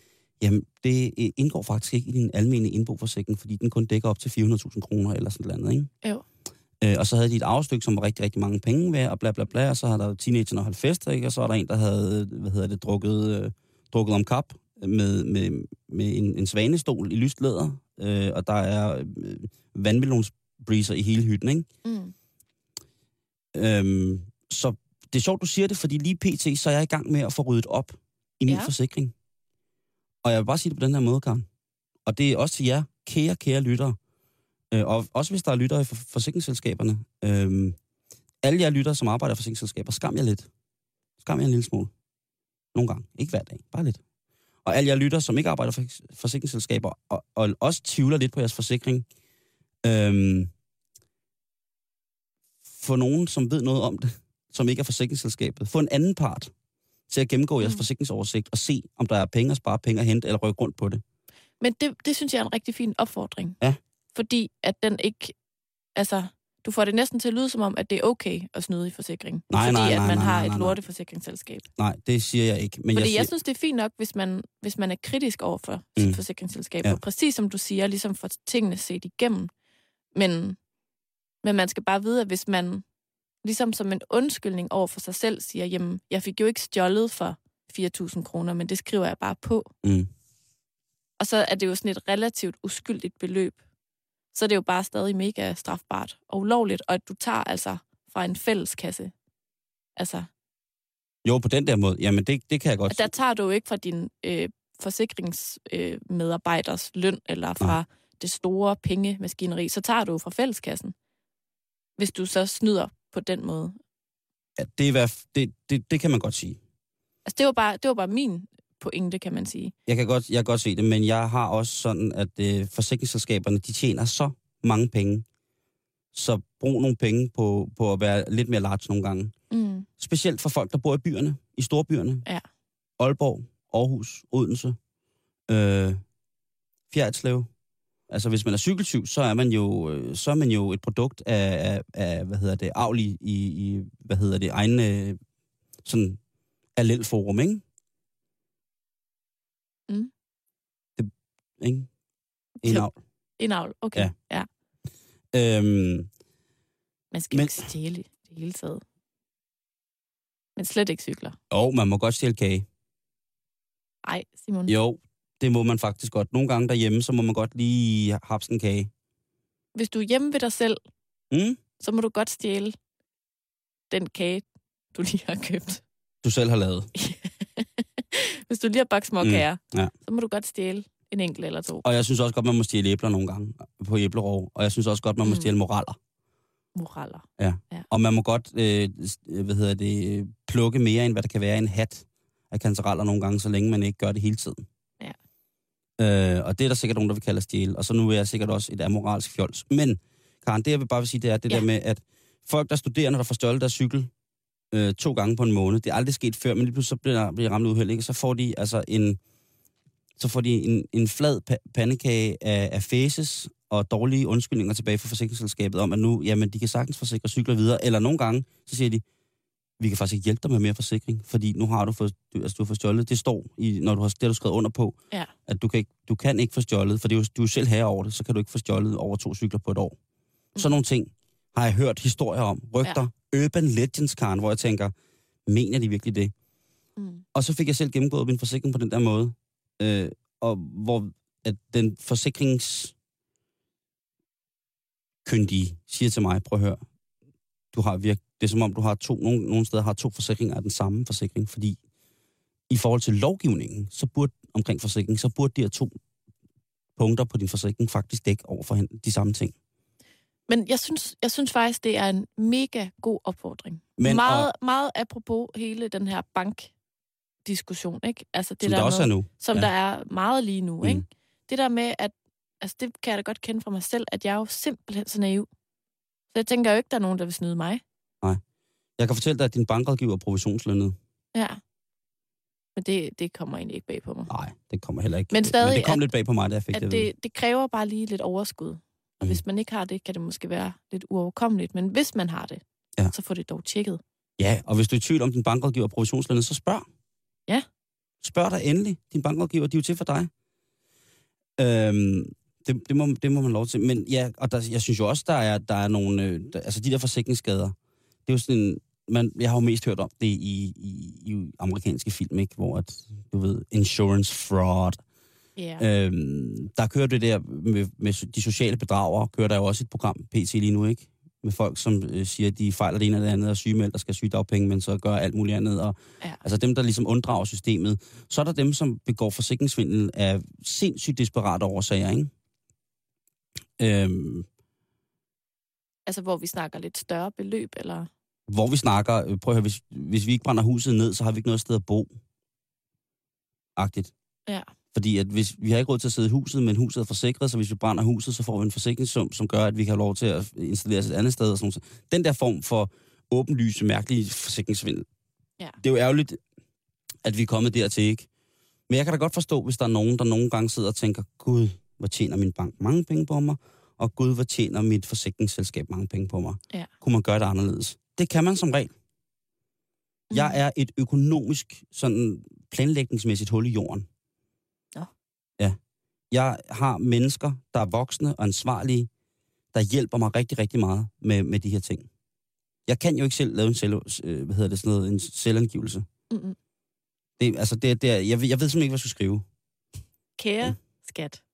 Speaker 3: Jamen, det indgår faktisk ikke i din almindelige indboforsikring, fordi den kun dækker op til fire hundrede tusind kroner eller sådan noget, ikke?
Speaker 2: Jo.
Speaker 3: Øh, og så havde de et afstykke, som var rigtig, rigtig mange penge ved, og bla bla bla, og så havde der teenagerne holdt fester, ikke? Og så var der en, der havde, hvad hedder det, drukket, øh, drukket om kap med, med, med en, en svanestol i lyst læder, øh, og der er øh, vandmelonsbreezer i hele hytten, ikke? Mm. Øhm, så det er sjovt, du siger det, fordi lige pt. Så er jeg i gang med at få ryddet op i min ja. forsikring. Og jeg vil bare sige det på den her måde, Karen. Og det er også til jer, kære, kære lyttere. Øh, og også hvis der er lyttere i for- forsikringsselskaberne. Øh, alle jer lyttere, som arbejder i forsikringsselskaber, skam jer lidt. Skam jer en lille smule. Nogle gange. Ikke hver dag. Bare lidt. Og alle jer lyttere, som ikke arbejder i for- forsikringsselskaber, og, og også tvivler lidt på jeres forsikring. Øh, få nogen, som ved noget om det, som ikke er forsikringsselskabet. Få en anden part til at gennemgå jeres mm. forsikringsoversigt og se, om der er penge at spare, penge at hente eller rykke rundt på det.
Speaker 2: Men det, det synes jeg er en rigtig fin opfordring.
Speaker 3: Ja.
Speaker 2: Fordi at den ikke... Altså, du får det næsten til at lyde som om, at det er okay at snyde i forsikring.
Speaker 3: Nej,
Speaker 2: fordi
Speaker 3: nej, nej,
Speaker 2: at man
Speaker 3: nej,
Speaker 2: har
Speaker 3: nej, nej,
Speaker 2: et lorteforsikringsselskab.
Speaker 3: Nej, det siger jeg ikke. Men
Speaker 2: fordi
Speaker 3: jeg,
Speaker 2: jeg
Speaker 3: sig...
Speaker 2: synes, det er fint nok, hvis man, hvis man er kritisk over for sit mm. forsikringsselskab. Ja. Og præcis som du siger, ligesom for tingene set igennem. Men, men man skal bare vide, at hvis man ligesom som en undskyldning over for sig selv siger, jamen, jeg fik jo ikke stjålet for fire tusind kroner, men det skriver jeg bare på. Mm. Og så er det jo sådan et relativt uskyldigt beløb. Så er det jo bare stadig mega strafbart og ulovligt, og at du tager altså fra en fælleskasse. Altså.
Speaker 3: Jo, på den der måde. Jamen, det, det kan jeg godt.
Speaker 2: Der tager du jo ikke fra din øh, forsikringsmedarbejders øh, løn, eller fra ja. det store pengemaskineri. Så tager du jo fra fælleskassen, hvis du så snyder på den måde.
Speaker 3: Ja, det, er, det, det, det kan man godt sige.
Speaker 2: Altså, det var bare, det var bare min pointe, kan man sige.
Speaker 3: Jeg kan godt, jeg kan godt se det, men jeg har også sådan, at øh, forsikringsselskaberne, de tjener så mange penge. Så brug nogle penge på, på at være lidt mere large nogle gange. Mm. Specielt for folk, der bor i byerne, i storbyerne. Ja. Aalborg, Aarhus, Odense, øh, Fjerritslev. Altså, hvis man er cykeltyv, så er man jo, så er man jo et produkt af, af, af hvad hedder det, avl i, i, hvad hedder det, egen øh, sådan allelforum, ikke?
Speaker 2: Mm.
Speaker 3: Det, ikke? En avl.
Speaker 2: En avl, okay. Ja. ja.
Speaker 3: Øhm,
Speaker 2: man skal men, ikke stjæle i det hele taget. Men slet ikke cykler.
Speaker 3: Jo, man må godt stjæle kage.
Speaker 2: Ej, Simon.
Speaker 3: Jo, det må man faktisk godt. Nogle gange derhjemme, så må man godt lige hapse en kage.
Speaker 2: Hvis du er hjemme ved dig selv, mm? så må du godt stjæle den kage, du lige har købt.
Speaker 3: Du selv har lavet.
Speaker 2: Hvis du lige har bagt små kager,
Speaker 3: mm, ja.
Speaker 2: så må du godt stjæle en enkelt eller to.
Speaker 3: Og jeg synes også godt, man må stjæle æbler nogle gange på æblerov. Og jeg synes også godt, man må stjæle moraller.
Speaker 2: Moraller.
Speaker 3: Ja. ja. Og man må godt, øh, hvad hedder det, plukke mere, end hvad der kan være i en hat af kantereller nogle gange, så længe man ikke gør det hele tiden. Ja. Øh, og det er der sikkert nogen, der vil kalde at stjæle. Og så nu er jeg sikkert også et amoralsk fjols. Men, Karen, det jeg vil bare vil sige, det er det ja. der med, at folk, der studerer, når der får stjålet deres cykel øh, to gange på en måned, det er aldrig sket før, men lige pludselig så bliver bliver ramt uheld, ikke? Så får de altså en, så får de en, en flad pa- pandekage af, af faces og dårlige undskyldninger tilbage fra forsikringsselskabet om, at nu, jamen, de kan sagtens forsikre cykler videre. Eller nogle gange, så siger de, vi kan faktisk ikke hjælpe dig med mere forsikring, fordi nu har du fået, altså, du har fået stjålet. Det står, i, når du har, det har du skrevet under på, ja. at du kan, ikke, du kan ikke få stjålet, for det er jo, du er selv herre over det, så kan du ikke få stjålet over to cykler på et år. Mm. Sådan nogle ting har jeg hørt historier om. Rygter, ja. Urban Legends, Karen, hvor jeg tænker, mener de virkelig det? Mm. Og så fik jeg selv gennemgået min forsikring på den der måde, øh, og hvor at den forsikrings kyndige siger til mig, prøv at høre, du har virk- det er som om, du har to, nogle, nogle steder har to forsikringer af den samme forsikring, fordi i forhold til lovgivningen, så burde, omkring forsikring, så burde de her to punkter på din forsikring faktisk dække over for de samme ting.
Speaker 2: Men jeg synes, jeg synes faktisk, det er en mega god opfordring. Men, meget, og, meget apropos hele den her bankdiskussion, ikke? Altså det
Speaker 3: som
Speaker 2: der,
Speaker 3: der også
Speaker 2: med,
Speaker 3: er nu.
Speaker 2: Som
Speaker 3: ja.
Speaker 2: der er meget lige nu,
Speaker 3: mm.
Speaker 2: ikke? Det der med, at altså det kan jeg da godt kende fra mig selv, at jeg er jo simpelthen så naiv. Så jeg tænker jo ikke, der er nogen, der vil snyde mig.
Speaker 3: Nej. Jeg kan fortælle dig, at din bankrådgiver er provisionslønnet.
Speaker 2: Ja. Men det, det kommer egentlig ikke bag på mig.
Speaker 3: Nej, det kommer heller ikke.
Speaker 2: Men, stadig,
Speaker 3: Men det kom
Speaker 2: at,
Speaker 3: lidt bag på mig, da jeg fik
Speaker 2: at
Speaker 3: det.
Speaker 2: Det, det kræver bare lige lidt overskud. Og mm. hvis man ikke har det, kan det måske være lidt uoverkommeligt. Men hvis man har det, ja. så får det dog tjekket.
Speaker 3: Ja, og hvis du er i tvivl om din bankrådgiver er provisionslønnet, så spørg.
Speaker 2: Ja.
Speaker 3: Spørg dig endelig, din bankrådgiver, de er jo til for dig. Øhm, det, det, må, det må man lov til. Men ja, og der, jeg synes jo også, der er, der er nogle, øh, der, altså de der forsikringsskader, det er jo sådan en, man, jeg har jo mest hørt om det i, i, i amerikanske film, ikke? Hvor at, du ved, insurance fraud. Yeah. Øhm, der kører det der med, med de sociale bedragere, kører der jo også et program, P T lige nu, ikke? Med folk, som øh, siger, at de fejler det ene eller det andet, og sygemeldt, der skal sygedagpenge, men så gør alt muligt andet. Og, ja. Altså dem, der ligesom unddrager systemet. Så er der dem, som begår forsikringsvindel af sindssygt desperate årsager, ikke? Øhm,
Speaker 2: altså, hvor vi snakker lidt større beløb, eller?
Speaker 3: Hvor vi snakker, prøv at høre, hvis, hvis vi ikke brænder huset ned, så har vi ikke noget sted at bo. Agtigt.
Speaker 2: Ja.
Speaker 3: Fordi at hvis, vi har ikke råd til at sidde i huset, men huset er forsikret, så hvis vi brænder huset, så får vi en forsikringssum, som gør, at vi kan have lov til at installere os et andet sted. Og sådan noget. Den der form for åbenlyse, mærkelige forsikringsvindel. Ja. Det er jo ærgerligt, at vi er kommet dertil, ikke? Men jeg kan da godt forstå, hvis der er nogen, der nogle gange sidder og tænker, gud, hvor tjener min bank mange penge på mig, og gud, hvor tjener mit forsikringsselskab mange penge på mig. Ja. Kunne man gøre det anderledes? Det kan man som regel. Mm. Jeg er et økonomisk, sådan planlægningsmæssigt hul i jorden. Ja. Jeg har mennesker, der er voksne og ansvarlige, der hjælper mig rigtig, rigtig meget med, med de her ting. Jeg kan jo ikke selv lave en, selv, hvad hedder det, sådan noget, en selvangivelse. Mm-hmm. Det, altså, det, det er, jeg, jeg ved simpelthen ikke, hvad jeg skal skrive.
Speaker 2: Kære ja. Skat.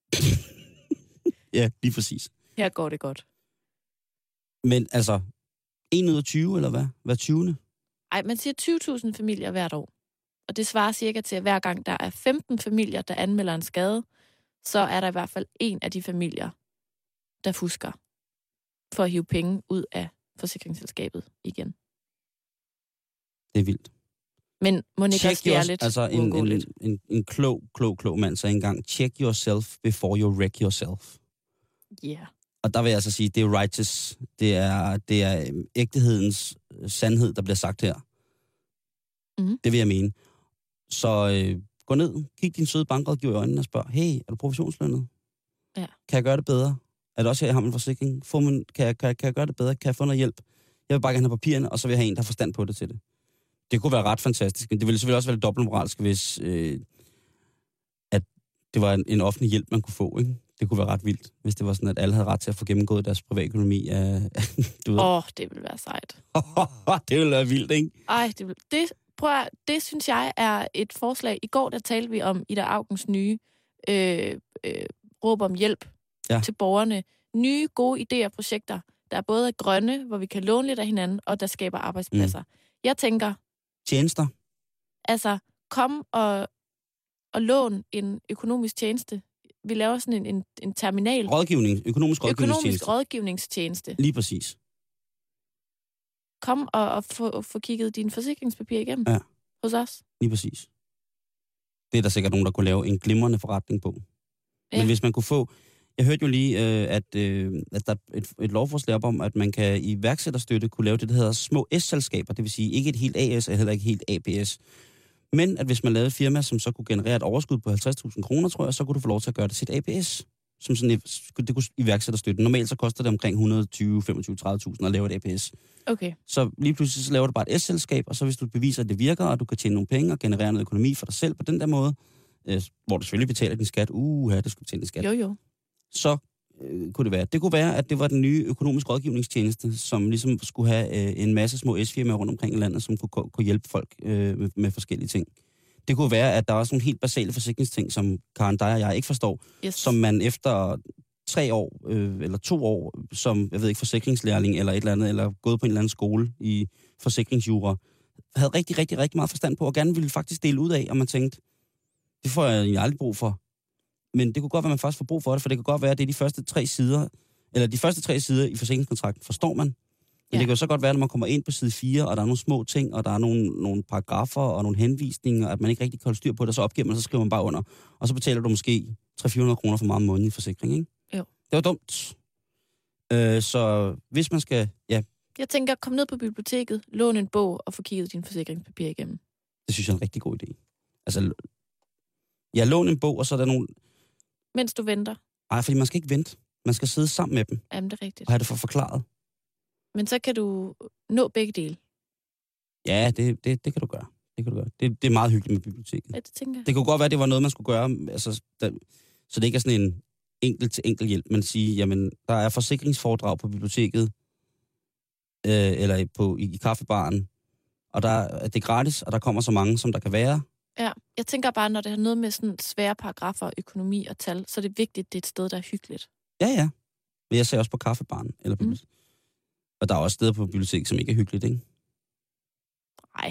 Speaker 3: Ja, lige præcis.
Speaker 2: Her går det godt.
Speaker 3: Men altså, en ud af tyve, eller hvad? Hver tyvende?
Speaker 2: Ej, man siger tyve tusind familier hvert år. Og det svarer cirka til, at hver gang der er femten familier, der anmelder en skade, så er der i hvert fald en af de familier, der fusker for at hive penge ud af forsikringsselskabet igen.
Speaker 3: Det er vildt.
Speaker 2: Men må ikke også være lidt
Speaker 3: altså en, en, en, en, en klog, klog, klog mand sagde engang, check yourself before you wreck yourself.
Speaker 2: Ja. Yeah.
Speaker 3: Og der vil jeg altså sige, det er righteous. Det er, det er ægtehedens sandhed, der bliver sagt her. Mm. Det vil jeg mene. Så øh, gå ned, kig din søde bankrådgiver i øjnene og spørg, hey, er du provisionslønnet? Ja. Kan jeg gøre det bedre? Er det også her, jeg har min forsikring? Får man, kan, jeg, kan, kan jeg gøre det bedre? Kan jeg få noget hjælp? Jeg vil bare gerne have papirerne, og så vil jeg have en, der har forstand på det til det. Det kunne være ret fantastisk, men det ville selvfølgelig også være lidt dobbeltmoralsk, hvis øh, at det var en, en offentlig hjælp, man kunne få, ikke? Det kunne være ret vildt, hvis det var sådan, at alle havde ret til at få gennemgået deres privatøkonomi. Åh,
Speaker 2: oh, det ville være sejt.
Speaker 3: Det ville være vildt, ikke?
Speaker 2: Ej, det, vil, det, prøv at, det synes jeg er et forslag. I går, der talte vi om Ida Augens nye øh, øh, råb om hjælp ja. til borgerne. Nye, gode idéer og projekter, der er både grønne, hvor vi kan låne lidt af hinanden, og der skaber arbejdspladser. Mm. Jeg tænker...
Speaker 3: Tjenester.
Speaker 2: Altså, kom og, og lån en økonomisk tjeneste. Vi laver sådan en, en, en terminal.
Speaker 3: Rådgivning, økonomisk rådgivningstjeneste.
Speaker 2: Økonomisk rådgivningstjeneste.
Speaker 3: Lige præcis.
Speaker 2: Kom og, og få, få kigget dine forsikringspapirer igennem ja. hos os.
Speaker 3: Lige præcis. Det er der sikkert nogen, der kunne lave en glimrende forretning på. Ja. Men hvis man kunne få... Jeg hørte jo lige, øh, at, øh, at der er et, et lovforslag op om, at man kan i iværksætterstøtte kunne lave det, der hedder små S-selskaber. Det vil sige ikke et helt A S, og heller ikke helt A B S. Men at hvis man lavede et firma, som så kunne generere et overskud på halvtreds tusind kroner, tror jeg, så kunne du få lov til at gøre det til et A B S. Som sådan et, det kunne iværksætterstøtte. Normalt så koster det omkring et hundrede og tyve, femogtyve, tredive tusind at lave et A B S.
Speaker 2: Okay.
Speaker 3: Så lige pludselig så laver du bare et S-selskab, og så hvis du beviser, at det virker, og du kan tjene nogle penge og generere noget økonomi for dig selv på den der måde, øh, hvor du selvfølgelig betaler din skat. Uh, ja, det skulle betale din skat.
Speaker 2: Jo, jo.
Speaker 3: Så øh, kunne det være. Det kunne være, at det var den nye økonomisk rådgivningstjeneste, som ligesom skulle have øh, en masse små S-firmaer rundt omkring i landet, som kunne, kunne hjælpe folk øh, med, med forskellige ting. Det kunne være, at der er også nogle helt basale forsikringsting, som Karen, dig og jeg ikke forstår, yes. som man efter tre år, øh, eller to år, som, jeg ved ikke, forsikringslærling eller et eller andet, eller gået på en eller anden skole i forsikringsjura, havde rigtig, rigtig, rigtig meget forstand på, og gerne ville faktisk dele ud af, og man tænkte, det får jeg aldrig brug for. Men det kunne godt være, at man faktisk får brug for det, for det kan godt være, at det er de første tre sider, eller de første tre sider i forsikringskontrakten, forstår man. Men ja. Det kan jo så godt være, at man kommer ind på side fire, og der er nogle små ting, og der er nogle, nogle paragrafer og nogle henvisninger, at man ikke rigtig kan holde styr på det, så opgiver man, så skriver man bare under. Og så betaler du måske tre til fire hundrede kroner for meget om måneden i forsikring, ikke?
Speaker 2: Jo.
Speaker 3: Det var dumt. Øh, så hvis man skal, ja.
Speaker 2: Jeg tænker, kom ned på biblioteket, lån en bog og få kigget dine forsikringspapirer igennem.
Speaker 3: Det synes jeg er en rigtig god idé. Altså, ja, lån en bog, og så er der nogle...
Speaker 2: Mens du venter?
Speaker 3: Nej, fordi man skal ikke vente. Man skal sidde sammen med dem.
Speaker 2: Jamen, det er rigtigt.
Speaker 3: Og have det for forklaret.
Speaker 2: Men så kan du nå begge dele.
Speaker 3: Ja, det, det, det kan du gøre. Det kan du gøre. Det, det er meget hyggeligt med biblioteket.
Speaker 2: Ja, det tænker jeg.
Speaker 3: Det kunne godt være, at det var noget, man skulle gøre, altså, der, så det ikke er sådan en enkelt til enkelt hjælp, men sige, jamen, der er forsikringsforedrag på biblioteket, øh, eller på, i, i kaffebaren, og der, det er gratis, og der kommer så mange, som der kan være.
Speaker 2: Ja, jeg tænker bare, når det har noget med sådan svære paragrafer, økonomi og tal, så er det vigtigt, at det er et sted, der er hyggeligt.
Speaker 3: Ja, ja. Men jeg ser også på kaffebaren, eller på
Speaker 2: Mm.
Speaker 3: og der er også steder på biblioteket, som ikke er hyggeligt, ikke?
Speaker 2: Nej.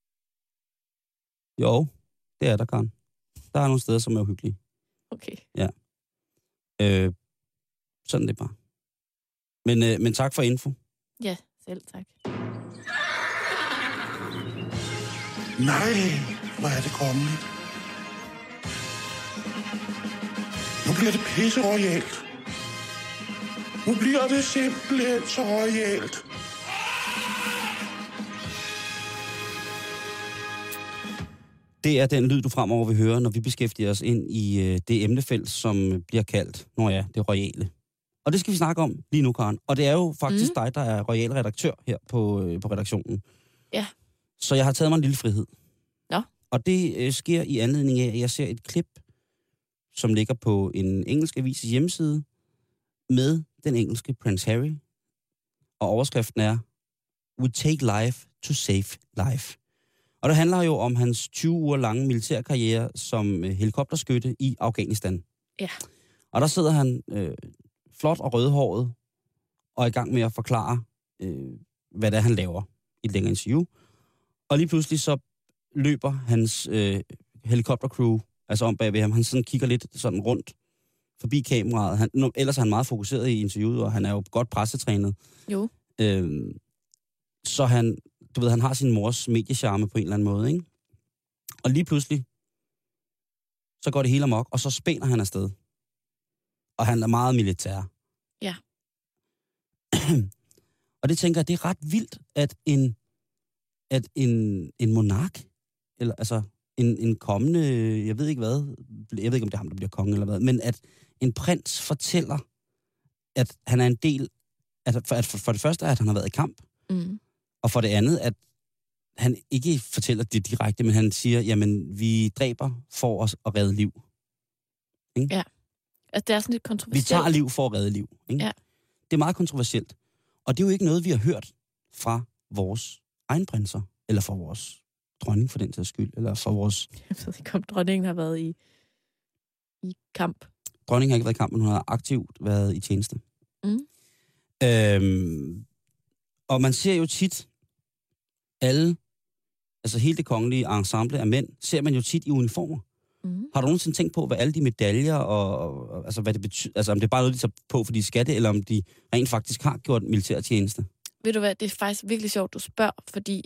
Speaker 3: Jo, det er der, Karen. Der er nogle steder, som er uhyggelige.
Speaker 2: Okay.
Speaker 3: Ja. Øh, sådan det bare. Men, øh, men tak for info.
Speaker 2: Ja, selv tak.
Speaker 4: Nej, hvor er det kongeligt. Nu bliver det pisse royalt. Nu bliver det simpelthen så royalt.
Speaker 3: Det er den lyd, du fremover vil høre, når vi beskæftiger os ind i øh, det emnefelt, som bliver kaldt, nå ja, det royale. Og det skal vi snakke om lige nu, Karen. Og det er jo faktisk mm. dig, der er royal redaktør her på, øh, på redaktionen.
Speaker 2: Ja.
Speaker 3: Så jeg har taget mig en lille frihed.
Speaker 2: Nå.
Speaker 3: Og det øh, sker i anledning af, at jeg ser et klip, som ligger på en engelsk avis hjemmeside, med den engelske Prince Harry. Og overskriften er, We take life to save life. Og det handler jo om hans tyve uger lange militærkarriere som øh, helikopterskytte i Afghanistan.
Speaker 2: Ja.
Speaker 3: Og der sidder han øh, flot og rødhåret og er i gang med at forklare, øh, hvad det er, han laver i et længere interview. Og lige pludselig så løber hans øh, helikoptercrew, altså om bagved ham, han sådan kigger lidt sådan rundt forbi kameraet. Han, nu, ellers er han meget fokuseret i interviewet, og han er jo godt pressetrænet.
Speaker 2: Jo.
Speaker 3: Øh, så han, du ved, han har sin mors mediecharme på en eller anden måde, ikke? Og lige pludselig, så går det hele amok, og så spænder han afsted. Og han er meget militær.
Speaker 2: Ja.
Speaker 3: Og det tænker jeg, det er ret vildt, at en, at en, en monark, eller altså en, en kommende, jeg ved ikke hvad, jeg ved ikke, om det er ham, der bliver konge eller hvad, men at en prins fortæller, at han er en del, at for, at for, for det første, at han har været i kamp,
Speaker 2: Mm.
Speaker 3: og for det andet, at han ikke fortæller det direkte, men han siger, jamen, vi dræber for os at redde liv. Ikke?
Speaker 2: Ja. Altså, det er sådan lidt
Speaker 3: Vi
Speaker 2: kontroversielt.
Speaker 3: tager liv for at redde liv. Ikke?
Speaker 2: Ja.
Speaker 3: Det er meget kontroversielt. Og det er jo ikke noget, vi har hørt fra vores egen prinser, eller fra vores dronning for den sags skyld, eller fra vores...
Speaker 2: Jeg ved ikke, om dronningen har været i, i kamp.
Speaker 3: Dronningen har ikke været i kamp, men hun har aktivt været i tjeneste.
Speaker 2: Mm.
Speaker 3: Øhm, og man ser jo tit alle, altså hele det kongelige ensemble af mænd, ser man jo tit i uniformer.
Speaker 2: Mm.
Speaker 3: Har du nogensinde tænkt på, hvad alle de medaljer, og, og altså, hvad det betyder, altså om det er bare noget, de tager på, fordi de skal det, eller om de rent faktisk har gjort militærtjeneste?
Speaker 2: Ved du hvad, det er faktisk virkelig sjovt, du spørger, fordi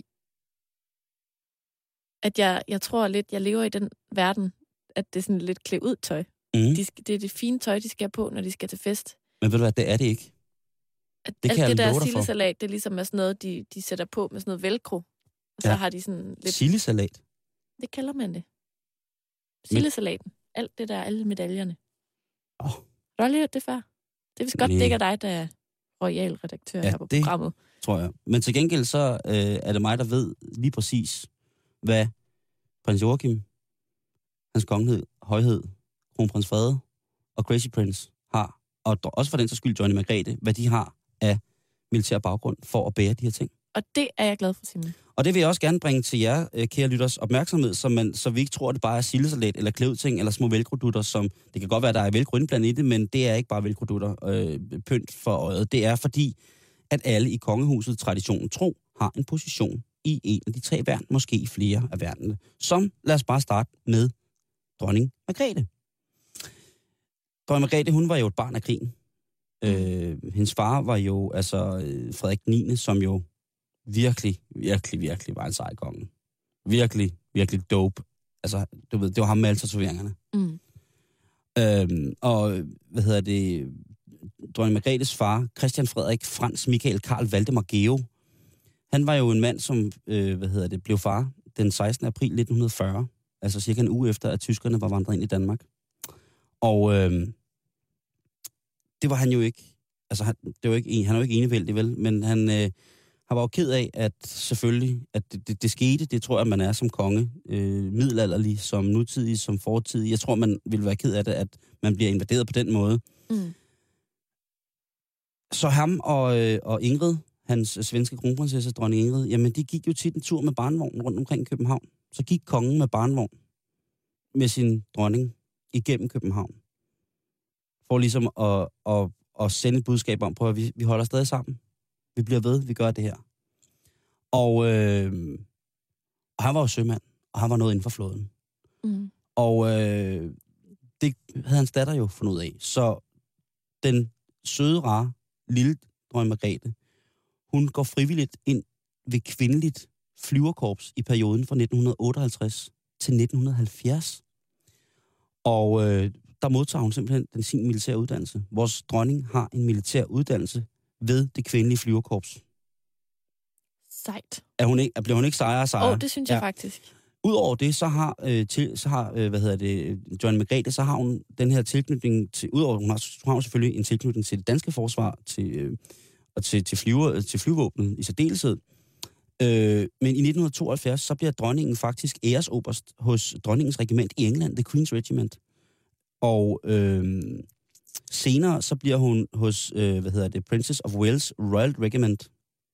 Speaker 2: at jeg, jeg tror lidt, jeg lever i den verden, at det er sådan lidt klædt ud tøj.
Speaker 3: Mm.
Speaker 2: De skal, det er det fine tøj, de skal have på, når de skal til fest.
Speaker 3: Men ved du hvad, det er det ikke.
Speaker 2: At
Speaker 3: Det kan
Speaker 2: alt
Speaker 3: jeg
Speaker 2: det der
Speaker 3: love dig for.
Speaker 2: sildesalat, det er ligesom er sådan noget, de, de sætter på med sådan noget velcro. Og så
Speaker 3: Ja.
Speaker 2: har de sådan lidt...
Speaker 3: Sildesalat.
Speaker 2: Det kalder man det. Sildesalaten. Alt det der, alle medaljerne.
Speaker 3: Åh.
Speaker 2: Har du aldrig hørt det før? Det er vist godt,
Speaker 3: Nej.
Speaker 2: det ikke er dig, der er royal redaktør
Speaker 3: Ja,
Speaker 2: her på
Speaker 3: det-
Speaker 2: programmet.
Speaker 3: Tror jeg. Men til gengæld så øh, er det mig, der ved lige præcis, hvad prins Joachim, hans kongehed, højhed, kronprins Frede og Crazy Prince har, og også for den så skyld Johnny Margrethe, hvad de har af militær baggrund for at bære de her ting.
Speaker 2: Og det er jeg glad for, Simon.
Speaker 3: Og det vil jeg også gerne bringe til jer, øh, kære lytters, opmærksomhed, så, man, så vi ikke tror, at det bare er sildesalat eller klædting eller små velcrodutter, som det kan godt være, at der er velcro indblandet i det, men det er ikke bare velcrodutter, øh, pynt for øjet. Det er fordi, at alle i kongehuset traditionen tro har en position i en af de tre værn, måske i flere af værnene. Som, lad os bare starte med dronning Margrethe. Dronning Margrethe, hun var jo et barn af krigen. Øh, hendes far var jo altså øh, Frederik niende, som jo virkelig, virkelig, virkelig var en sej konge. Virkelig, virkelig dope. Altså, du ved, det var ham med alle tatoveringerne.
Speaker 2: Mm.
Speaker 3: Øhm, og, hvad hedder det, dronning Margrethes far, Christian Frederik Frans Michael Karl Valdemar Geo, han var jo en mand, som, øh, hvad hedder det, blev far den sekstende april nitten fyrre, altså cirka en uge efter, at tyskerne var vandret ind i Danmark. Og øh, det var han jo ikke, altså han, det var ikke, han er jo ikke enevældig, vel, men han øh, Han var jo ked af, at selvfølgelig, at det, det, det skete. Det tror jeg, man er som konge. Øh, middelalderlig, som nutidig, som fortidig. Jeg tror, man vil være ked af det, at man bliver invaderet på den måde. Mm. Så ham og, øh, og Ingrid, hans svenske kronprinsesse, dronning Ingrid, jamen de gik jo tit en tur med barnevognen rundt omkring København. Så gik kongen med barnevogn med sin dronning igennem København. For ligesom at, at, at sende et budskab om, på at vi, vi holder stadig sammen. Vi bliver ved, vi gør det her. Og, øh, og han var jo sømand, og han var noget inden for flåden. Mm. Og øh, det havde hans datter jo fundet ud af. Så den søde, rare, lille dronning Margrethe, hun går frivilligt ind ved kvindeligt flyverkorps i perioden fra nitten otteoghalvtreds til nitten halvfjerds. Og øh, der modtager hun simpelthen den sin militære uddannelse. Vores dronning har en militær uddannelse ved det kvindelige flyverkorps.
Speaker 2: Sejt.
Speaker 3: Er hun ikke, bliver hun ikke sejre og sejre?
Speaker 2: Åh, oh, det synes jeg ja. faktisk.
Speaker 3: Udover det, så har, øh, til, så har øh, hvad hedder det, Dronning Margrethe, så har hun den her tilknytning til, udover hun har, hun har hun selvfølgelig en tilknytning til det danske forsvar, til, øh, og til, til, flyver, til flyvåbnet i særdeleshed. Øh, men i nitten tooghalvfjerds, så bliver dronningen faktisk æresoberst hos dronningens regiment i England, The Queen's Regiment. Og øh, senere, så bliver hun hos, øh, hvad hedder det, Princess of Wales Royal Regiment.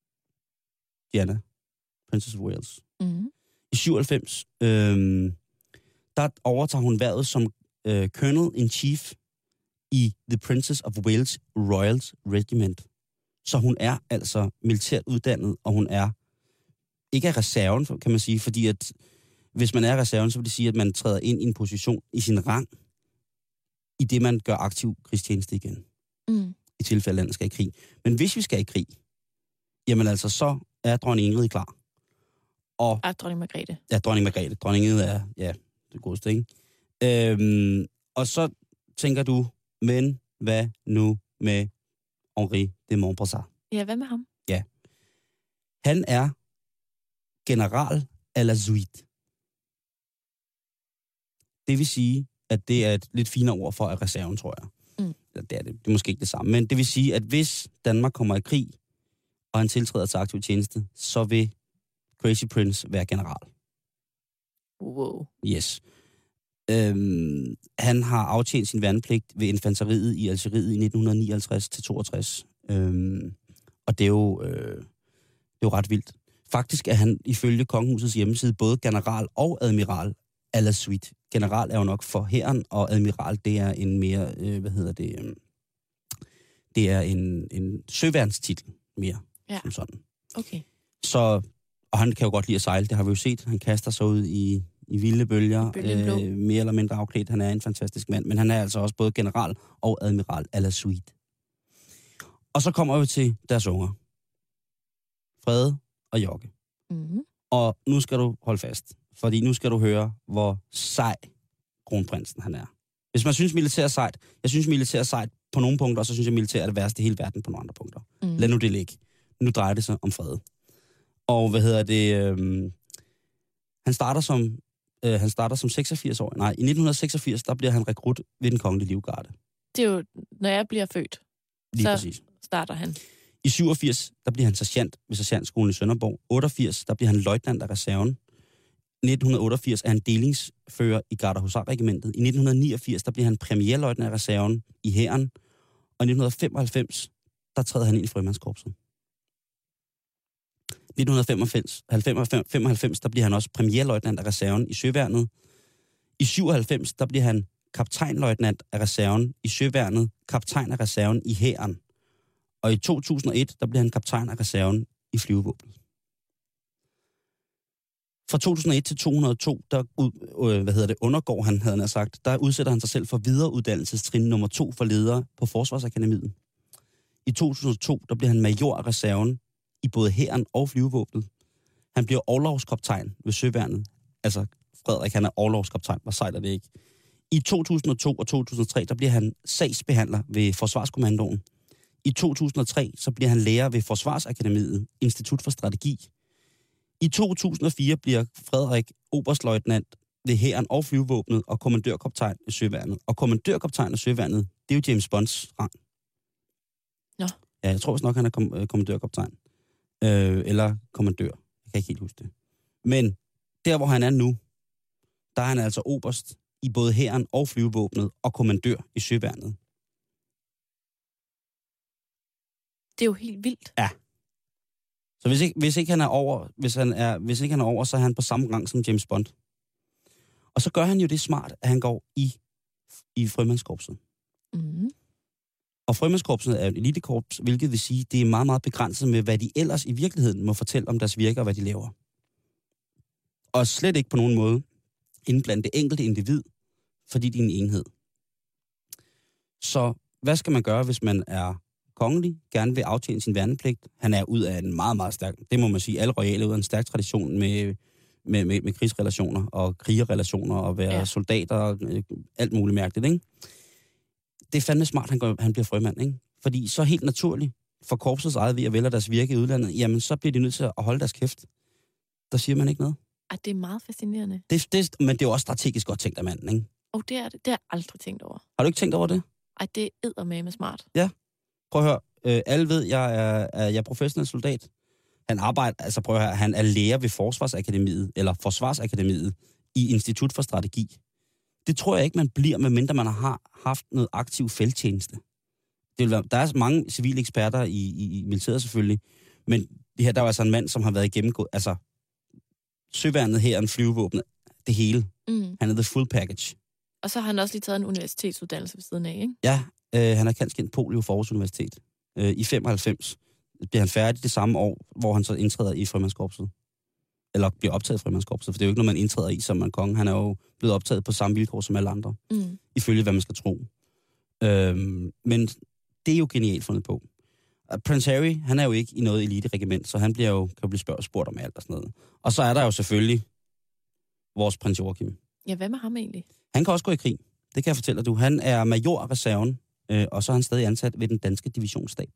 Speaker 3: Diana. Princess of Wales. Mm. I syvoghalvfems, øh, der overtager hun hvervet som øh, Colonel-in-Chief i The Princess of Wales Royal Regiment. Så hun er altså militært uddannet, og hun er ikke af reserven, kan man sige, fordi at hvis man er af reserven, så vil det sige, at man træder ind i en position i sin rang, i det man gør aktiv krigstjeneste igen. Mm. I tilfælde, at landet skal i krig. Men hvis vi skal i krig, jamen altså, så er dronning Ingrid klar. Og
Speaker 2: er dronning Margrethe.
Speaker 3: Ja, dronning Margrethe. Dronning Ingrid er, ja, det godeste, ikke? Øhm, og så tænker du, men hvad nu med Henri de Montpensier?
Speaker 2: Ja, hvad med ham?
Speaker 3: Ja. Han er general à la suite. Det vil sige, at det er et lidt finere ord for at reserven, tror jeg. Mm. Det er det. Det er måske ikke det samme. Men det vil sige, at hvis Danmark kommer i krig, og han tiltræder til aktiv tjeneste, så vil Crazy Prince være general.
Speaker 2: Wow.
Speaker 3: Yes. Øhm, han har aftjent sin værnepligt ved infanteriet i Algeriet i nitten nioghalvtreds til toogtres. Øhm, og det er, jo, øh, det er jo ret vildt. Faktisk er han ifølge kongehusets hjemmeside både general og admiral à la suite. General er jo nok for hæren, og admiral, det er en mere, øh, hvad hedder det, øh, det er en, en søværnstitel mere, ja. Som sådan.
Speaker 2: Okay.
Speaker 3: Så, og han kan jo godt lide at sejle, det har vi jo set. Han kaster sig ud i, i vilde bølger, øh, mere eller mindre afklædt. Han er en fantastisk mand, men han er altså også både general og admiral à la suite. Og så kommer vi til deres unger. Frede og Jokke. Mm-hmm. Og nu skal du holde fast, fordi nu skal du høre, hvor sej kronprinsen han er. Hvis man synes, militær er sejt, jeg synes, militær er sejt på nogle punkter, og så synes jeg, militær er det værste i hele verden på nogle andre punkter. Mm. Lad nu det ligge. Nu drejer det sig om Frede. Og hvad hedder det? Øh, han starter som øh, han starter som seksogfirs år. Nej, i nitten seksogfirs, der bliver han rekrut ved den kongelige livgarde.
Speaker 2: Det er jo, når jeg bliver født,
Speaker 3: lige
Speaker 2: så
Speaker 3: præcis.
Speaker 2: Starter han.
Speaker 3: I syvogfirs, der bliver han sergeant ved sergeantskolen i Sønderborg. otteogfirs, der bliver han løjtnant af reserven. nitten otteogfirs er han delingsfører i Gardehusarregimentet. I nitten niogfirs, der bliver han premierløjtnant af reserven i hæren. Og i nitten femoghalvfems, der træder han ind i frømandskorpset. nitten femoghalvfems, der bliver han også premierløjtnant af reserven i søværnet. I syvoghalvfems, der bliver han kaptajnløjtnant af reserven i søværnet, kaptajn af reserven i hæren. Og i to tusind og et, der bliver han kaptajn af reserven i flyvevåbnet. Fra to tusind og et til to hundrede og to, der øh, hvad hedder det, undergår han, havde han sagt, der udsætter han sig selv for videreuddannelsestrin nummer to for ledere på Forsvarsakademiet. I to tusind og to, der bliver han major af reserven i både hæren og flyvevåbnet. Han bliver orlovskaptajn ved søværnet. Altså, Frederik, han er orlovskaptajn. Hvor sejt er det ikke? I to tusind og to og to tusind og tre, der bliver han sagsbehandler ved Forsvarskommandoen. I to tusind og tre, så bliver han lærer ved Forsvarsakademiet, Institut for Strategi. I to tusind og fire bliver Frederik oberstløjtnant ved hæren og flyvevåbnet og kommandørkaptajn i søværnet. Og kommandørkaptajn i søværnet, det er jo James Bonds rang.
Speaker 2: Nå.
Speaker 3: Ja, jeg tror også nok, han er kom- kommandørkaptajn. Øh, eller kommandør. Jeg kan ikke helt huske det. Men der, hvor han er nu, der er han altså oberst i både hæren og flyvevåbnet og kommandør i søværnet.
Speaker 2: Det er jo helt vildt.
Speaker 3: Ja. Så hvis ikke, hvis ikke han er over, hvis han er, hvis ikke han er over, så er han på samme rang som James Bond. Og så gør han jo det smart, at han går i, i frømandskorpset.
Speaker 2: Mm.
Speaker 3: Og frømandskorpset er et elitekorps, hvilket vil sige, det er meget, meget begrænset med, hvad de ellers i virkeligheden må fortælle om deres virke og hvad de laver. Og slet ikke på nogen måde indblandt det enkelte individ, fordi de er en enhed. Så hvad skal man gøre, hvis man er kongelig, gerne vil aftjene sin værnepligt? Han er ud af en meget, meget stærk, det må man sige, alle royale er ud af en stærk tradition med, med, med, med krigsrelationer og krigerrelationer og være ja. soldater og alt muligt mærkeligt, ikke? Det er fandme smart, han, går, han bliver frømand, ikke? Fordi så helt naturligt for korpsets eget ved at vælge deres virke i udlandet, jamen så bliver de nødt til at holde deres kæft. Der siger man ikke noget.
Speaker 2: Ej, det er meget fascinerende.
Speaker 3: Det, det, men det er jo også strategisk godt tænkt af manden, ikke?
Speaker 2: Og det er det. Det har jeg aldrig tænkt over.
Speaker 3: Har du ikke tænkt over det?
Speaker 2: Ej, det er eddermame smart.
Speaker 3: Ja. Prøv at høre. Øh, alle ved, jeg er, er, jeg er professionel soldat. Han arbejder, altså prøv at høre, han er lærer ved Forsvarsakademiet, eller Forsvarsakademiet, i Institut for Strategi. Det tror jeg ikke, man bliver, medmindre man har haft noget aktiv felttjeneste. Det vil være, der er mange civile eksperter i, i, i militæret selvfølgelig, men det her, der var altså en mand, som har været igennemgået, altså søværnet her, en flyvevåbnet, det hele. Mm. Han er the full package.
Speaker 2: Og så har han også lige taget en universitetsuddannelse ved siden af, ikke?
Speaker 3: Ja, øh, han er kanskje på Leo Aarhus Universitet. Øh, I femoghalvfems bliver han færdig det samme år, hvor han så indtræder i frømandskorpset. Eller bliver optaget i frømandskorpset, for det er jo ikke noget, man indtræder i som man konge. Han er jo blevet optaget på samme vilkår som alle andre, mm. ifølge hvad man skal tro. Øhm, men det er jo genialt fundet på. Prince Harry, han er jo ikke i noget elite-regiment, så han bliver jo, kan jo blive spørg, spurgt om alt og sådan noget. Og så er der jo selvfølgelig vores prins Joachim.
Speaker 2: Ja, hvad med ham egentlig?
Speaker 3: Han kan også gå i krig. Det kan jeg fortælle dig. Han er major af reserven, øh, og så er han stadig ansat ved den danske divisionsstab.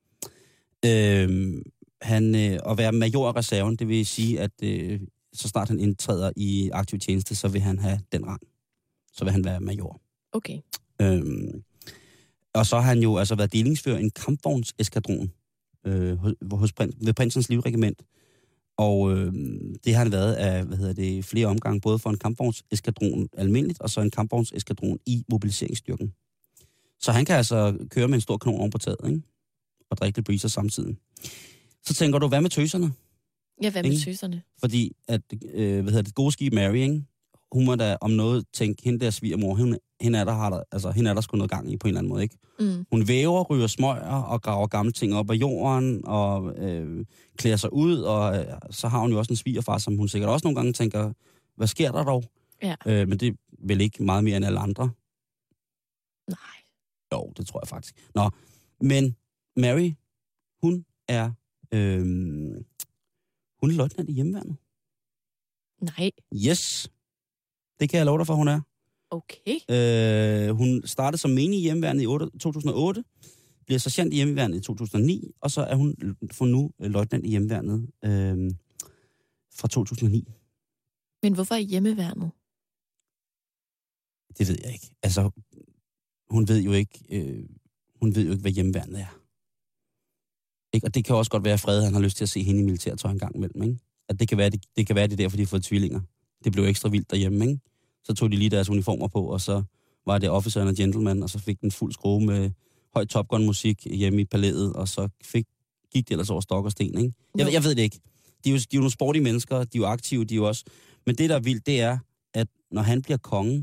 Speaker 3: Øh, han, øh, at være major af reserven, det vil sige, at øh, så snart han indtræder i aktiv tjeneste, så vil han have den rang. Så vil han være major.
Speaker 2: Okay.
Speaker 3: Øh, og så har han jo altså været delingsfører i en kampvognseskadron øh, hos, hos prins, ved prinsens livregiment. Og øh, det har han været af, hvad hedder det, flere omgange, både for en kampvognseskadron almindeligt, og så en kampvognseskadron i mobiliseringsstyrken. Så han kan altså køre med en stor kanon oven på taget, ikke? Og drikke lidt breezer samtidig. Så tænker du, hvad med tøserne?
Speaker 2: Ja, hvad med ikke? tøserne?
Speaker 3: Fordi, at, øh, hvad hedder det, gode skib Mary, ikke? Hun må da om noget tænke, hende der svigermor, hende, hende er der, har der, altså, hende er der sgu noget gang i på en eller anden måde, ikke? Mm. Hun væver, ryger smøger og graver gamle ting op af jorden og øh, klæder sig ud, og øh, så har hun jo også en svigerfar, som hun sikkert også nogle gange tænker, hvad sker der dog?
Speaker 2: Ja.
Speaker 3: Øh, men det er vel ikke meget mere end alle andre.
Speaker 2: Nej.
Speaker 3: Jo, det tror jeg faktisk. Nå, men Mary, hun er, øh, hun er løjtnant i hjemmeværnet.
Speaker 2: Nej.
Speaker 3: Yes. Det kan jeg love dig for, hun er.
Speaker 2: Okay.
Speaker 3: Øh, hun startede som menig i hjemmeværnet i to tusind og otte, bliver sergeant i hjemmeværnet i to tusind og ni, og så er hun for nu løjtnant i hjemmeværnet øh, fra to tusind og ni.
Speaker 2: Men hvorfor i hjemmeværnet?
Speaker 3: Det ved jeg ikke. Altså, hun ved jo ikke, øh, hun ved jo ikke, hvad hjemmeværnet er. Ikke? Og det kan også godt være, at Frede, han har lyst til at se hende i militærtøj en gang imellem, ikke? At det kan være, det, det kan være, det er derfor, de har fået tvillinger. Det blev ekstra vildt derhjemme, ikke? Så tog de lige deres uniformer på, og så var det officer og gentleman, og så fik den fuld skrue med høj Top Gun-musik hjemme i palæet, og så fik, gik det ellers over stok og sten, ikke? Jeg, jeg ved det ikke. De er, jo, de er jo nogle sportige mennesker, de er jo aktive, de er jo også... Men det, der er vildt, det er, at når han bliver konge,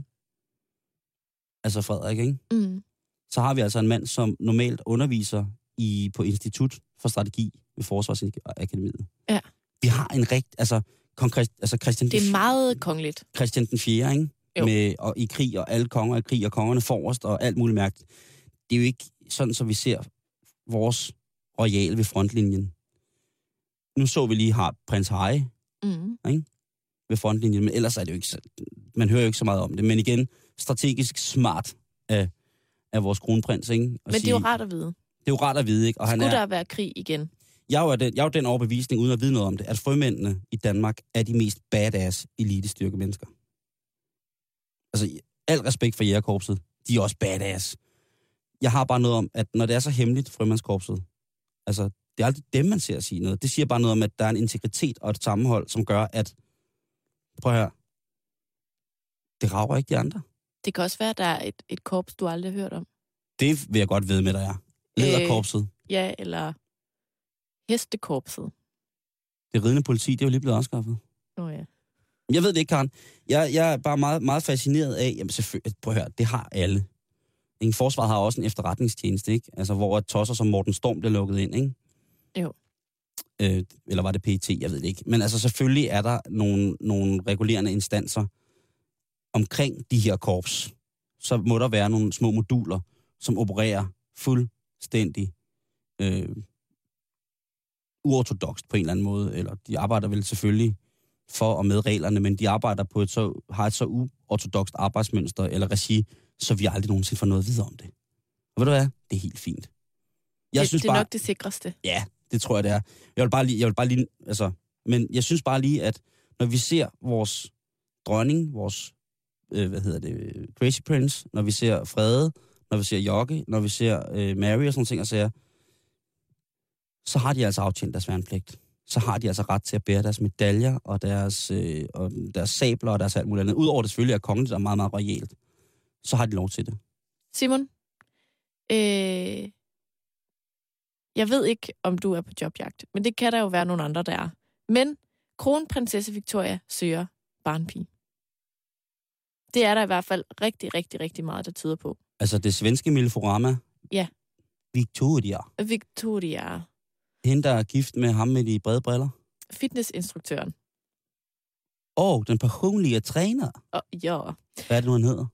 Speaker 3: altså Frederik, ikke? Mm. Så har vi altså en mand, som normalt underviser i, på Institut for Strategi ved Forsvarsakademiet.
Speaker 2: Ja.
Speaker 3: Vi har en rigt... Altså, konkret, altså Christian
Speaker 2: det er meget kongeligt.
Speaker 3: Christian den fjerde, ikke? Med, og i krig, og alle konger i krig, og kongerne forrest, og alt muligt mærkeligt. Det er jo ikke sådan, så vi ser vores royale ved frontlinjen. Nu så vi lige har prins Harry, mm. ikke? Ved frontlinjen, men ellers er det jo ikke så, man hører jo ikke så meget om det. Men igen, strategisk smart af, af vores kronprins, ikke?
Speaker 2: Men sige, det er jo rart at vide.
Speaker 3: Det er jo rart at vide, ikke? Og
Speaker 2: Skulle
Speaker 3: han er,
Speaker 2: der være krig igen?
Speaker 3: Jeg er jo den, jeg er jo den overbevisning, uden at vide noget om det, at frømændene i Danmark er de mest badass elitestyrke mennesker. Altså, al respekt for jægerkorpset, de er også badass. Jeg har bare noget om, at når det er så hemmeligt, frømandskorpset, altså, Det er aldrig dem, man ser sige noget. Det siger bare noget om, at der er en integritet og et sammenhold, som gør, at, prøv at høre, det rager ikke de andre.
Speaker 2: Det kan også være, at der er et, et korps, du aldrig har hørt om.
Speaker 3: Det vil jeg godt vide med, der er. Lederkorpset. Øh,
Speaker 2: ja, eller hestekorpset.
Speaker 3: Det ridende politi, det er jo lige blevet afskaffet.
Speaker 2: Åh oh, ja.
Speaker 3: Jeg ved det ikke, Karen. Jeg, jeg er bare meget, meget fascineret af, jamen selvfølgelig, prøv at høre, det har alle. En forsvar har også en efterretningstjeneste, ikke? Altså, hvor tosser som Morten Storm bliver lukket ind, ikke?
Speaker 2: Jo.
Speaker 3: Øh, eller var det P E T? Jeg ved det ikke. Men altså, selvfølgelig er der nogle, nogle regulerende instanser omkring de her korps. Så må der være nogle små moduler, som opererer fuldstændig øh, uortodokst på en eller anden måde. Eller de arbejder vel selvfølgelig for og med reglerne, men de arbejder på et så, har et så uortodokst arbejdsmønster eller regi, så vi aldrig nogensinde får noget videre om det. Og ved du hvad? Det er helt fint. Jeg
Speaker 2: det,
Speaker 3: synes
Speaker 2: det er
Speaker 3: bare,
Speaker 2: nok det sikreste.
Speaker 3: Ja, det tror jeg, det er. Jeg vil bare lige, jeg vil bare lige, altså, men jeg synes bare lige, at når vi ser vores dronning, vores, øh, hvad hedder det, Crazy Prince, når vi ser Frede, når vi ser Jokke, når vi ser øh, Mary og sådan ting og sager, så har de altså aftjent deres værnepligt. Så har de altså ret til at bære deres medaljer og deres, øh, og deres sabler og deres alt muligt andet. Udover det selvfølgelig er kongeligt og meget, meget royalt, så har de lov til det.
Speaker 2: Simon, øh, jeg ved ikke, om du er på jobjagt, men det kan der jo være nogle andre, der er. Men kronprinsesse Victoria søger barnpige. Det er der i hvert fald rigtig, rigtig, rigtig meget, der tyder på.
Speaker 3: Altså det svenske Milforama?
Speaker 2: Ja.
Speaker 3: Victoria.
Speaker 2: Victoria.
Speaker 3: Hende, der er gift med ham med de brede briller?
Speaker 2: Fitnessinstruktøren.
Speaker 3: Åh, oh, den personlige træner?
Speaker 2: Oh, ja.
Speaker 3: Hvad er det nu, han hedder?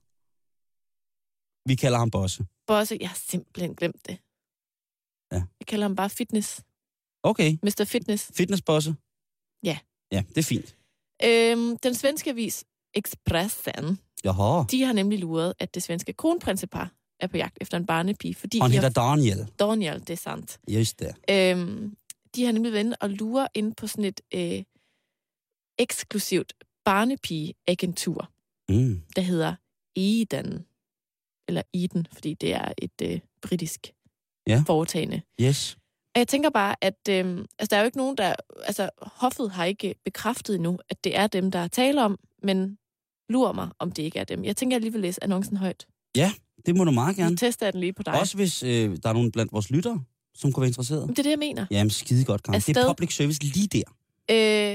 Speaker 3: Vi kalder ham Bosse.
Speaker 2: Bosse, jeg har simpelthen glemt det.
Speaker 3: Ja.
Speaker 2: Jeg kalder ham bare Fitness.
Speaker 3: Okay.
Speaker 2: mister Fitness.
Speaker 3: Fitness-Bosse?
Speaker 2: Ja.
Speaker 3: Ja, det er fint.
Speaker 2: Øhm, den svenske avis Expressen,
Speaker 3: Jaha.
Speaker 2: De har nemlig luret, at det svenske kronprinsepar er på jagt efter en barnepige. Fordi
Speaker 3: han hedder
Speaker 2: har...
Speaker 3: Daniel.
Speaker 2: Daniel, det er sandt.
Speaker 3: Just det.
Speaker 2: Øhm, de har nemlig været og lure ind på sådan et øh, eksklusivt barnepige-agentur,
Speaker 3: mm.
Speaker 2: der hedder Eden. Eller Eden, fordi det er et øh, britisk
Speaker 3: ja.
Speaker 2: foretagende.
Speaker 3: Yes.
Speaker 2: Og jeg tænker bare, at øh, altså, der er jo ikke nogen, der... Altså, hoffet har ikke bekræftet endnu, at det er dem, der taler om, men lurer mig, om det ikke er dem. Jeg tænker, jeg lige vil læse annoncen højt.
Speaker 3: Ja, det må du meget gerne.
Speaker 2: Jeg tester den lige på dig.
Speaker 3: Også hvis øh, der er nogen blandt vores lyttere, som kunne være interesseret.
Speaker 2: Det er det, jeg mener.
Speaker 3: Jamen, skide godt, Karen. Det er public service lige der.
Speaker 2: Øh,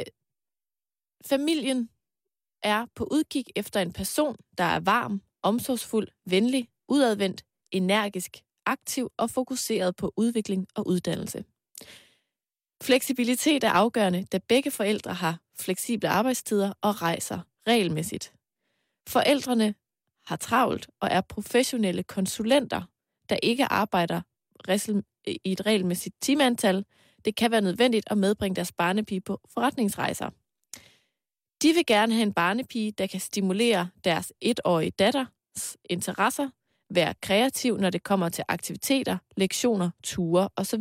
Speaker 2: familien er på udkig efter en person, der er varm, omsorgsfuld, venlig, udadvendt, energisk, aktiv og fokuseret på udvikling og uddannelse. Fleksibilitet er afgørende, da begge forældre har fleksible arbejdstider og rejser regelmæssigt. Forældrene har travlt og er professionelle konsulenter, der ikke arbejder i et regelmæssigt timeantal. Det kan være nødvendigt at medbringe deres barnepige på forretningsrejser. De vil gerne have en barnepige, der kan stimulere deres etårige datters interesser, være kreativ, når det kommer til aktiviteter, lektioner, ture osv.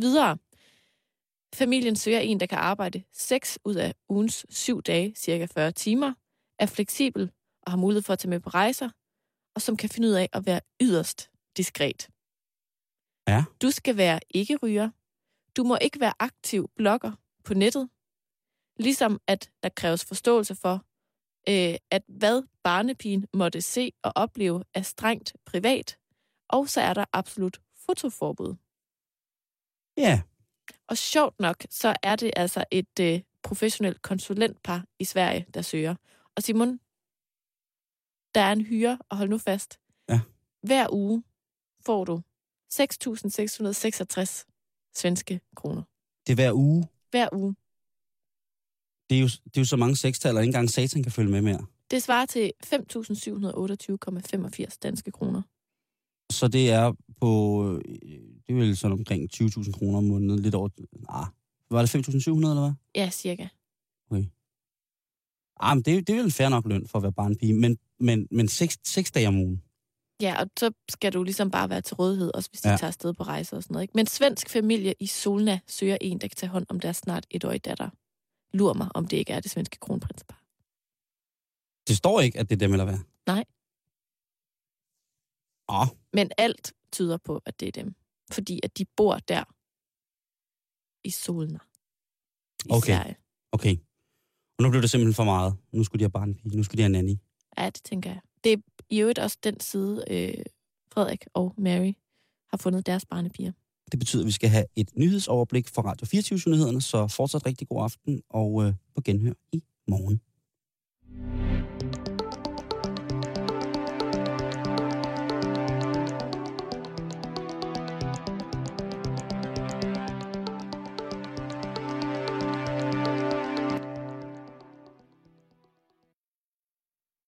Speaker 2: Familien søger en, der kan arbejde seks ud af ugens syv dage, cirka fyrre timer, er fleksibel og har mulighed for at tage med på rejser, og som kan finde ud af at være yderst diskret.
Speaker 3: Ja.
Speaker 2: Du skal være ikke-ryger. Du må ikke være aktiv blogger på nettet. Ligesom at der kræves forståelse for, øh, at hvad barnepigen måtte se og opleve er strengt privat. Og så er der absolut fotoforbud.
Speaker 3: Ja.
Speaker 2: Og sjovt nok, så er det altså et øh, professionelt konsulentpar i Sverige, der søger. Og Simon, der er en hyre, og hold nu fast.
Speaker 3: Ja.
Speaker 2: Hver uge får du seks tusind seks hundrede og seksogtres svenske kroner.
Speaker 3: Det er hver uge?
Speaker 2: Hver uge.
Speaker 3: Det er jo, det er jo så mange sekstaller, at ikke engang satan kan følge med mere.
Speaker 2: Det svarer til fem tusind syv hundrede og otteogtyve komma femogfirs danske kroner.
Speaker 3: Så det er på, det er vel sådan omkring tyve tusind kroner om måneden, lidt over, ah, var det fem tusind syv hundrede eller hvad?
Speaker 2: Ja, cirka.
Speaker 3: Okay. Ah, men det, det er vel en fair nok løn for at være barnepige, men, men, men seks, seks dage om ugen.
Speaker 2: Ja, og så skal du ligesom bare være til rådighed, også hvis de
Speaker 3: ja.
Speaker 2: tager afsted på rejser og sådan noget. Ikke? Men svensk familie i Solna søger en, der kan tage hånd om deres snart etårige datter. Lur mig, om det ikke er det svenske kronprinspar.
Speaker 3: Det står ikke, at det er dem eller hvad?
Speaker 2: Nej.
Speaker 3: Åh.
Speaker 2: Men alt tyder på, at det er dem. Fordi at de bor der i Solna. I
Speaker 3: Okay.
Speaker 2: Sverige.
Speaker 3: Okay. Og nu blev det simpelthen for meget. Nu skulle de have barnepige. Nu skulle de have nanny.
Speaker 2: Ja, det tænker jeg. Det er i øvrigt også den side, øh, Frederik og Mary har fundet deres barnepiger.
Speaker 3: Det betyder, at vi skal have et nyhedsoverblik for Radio fireogtyve-nyhederne, så fortsat rigtig god aften og øh, på genhør i morgen.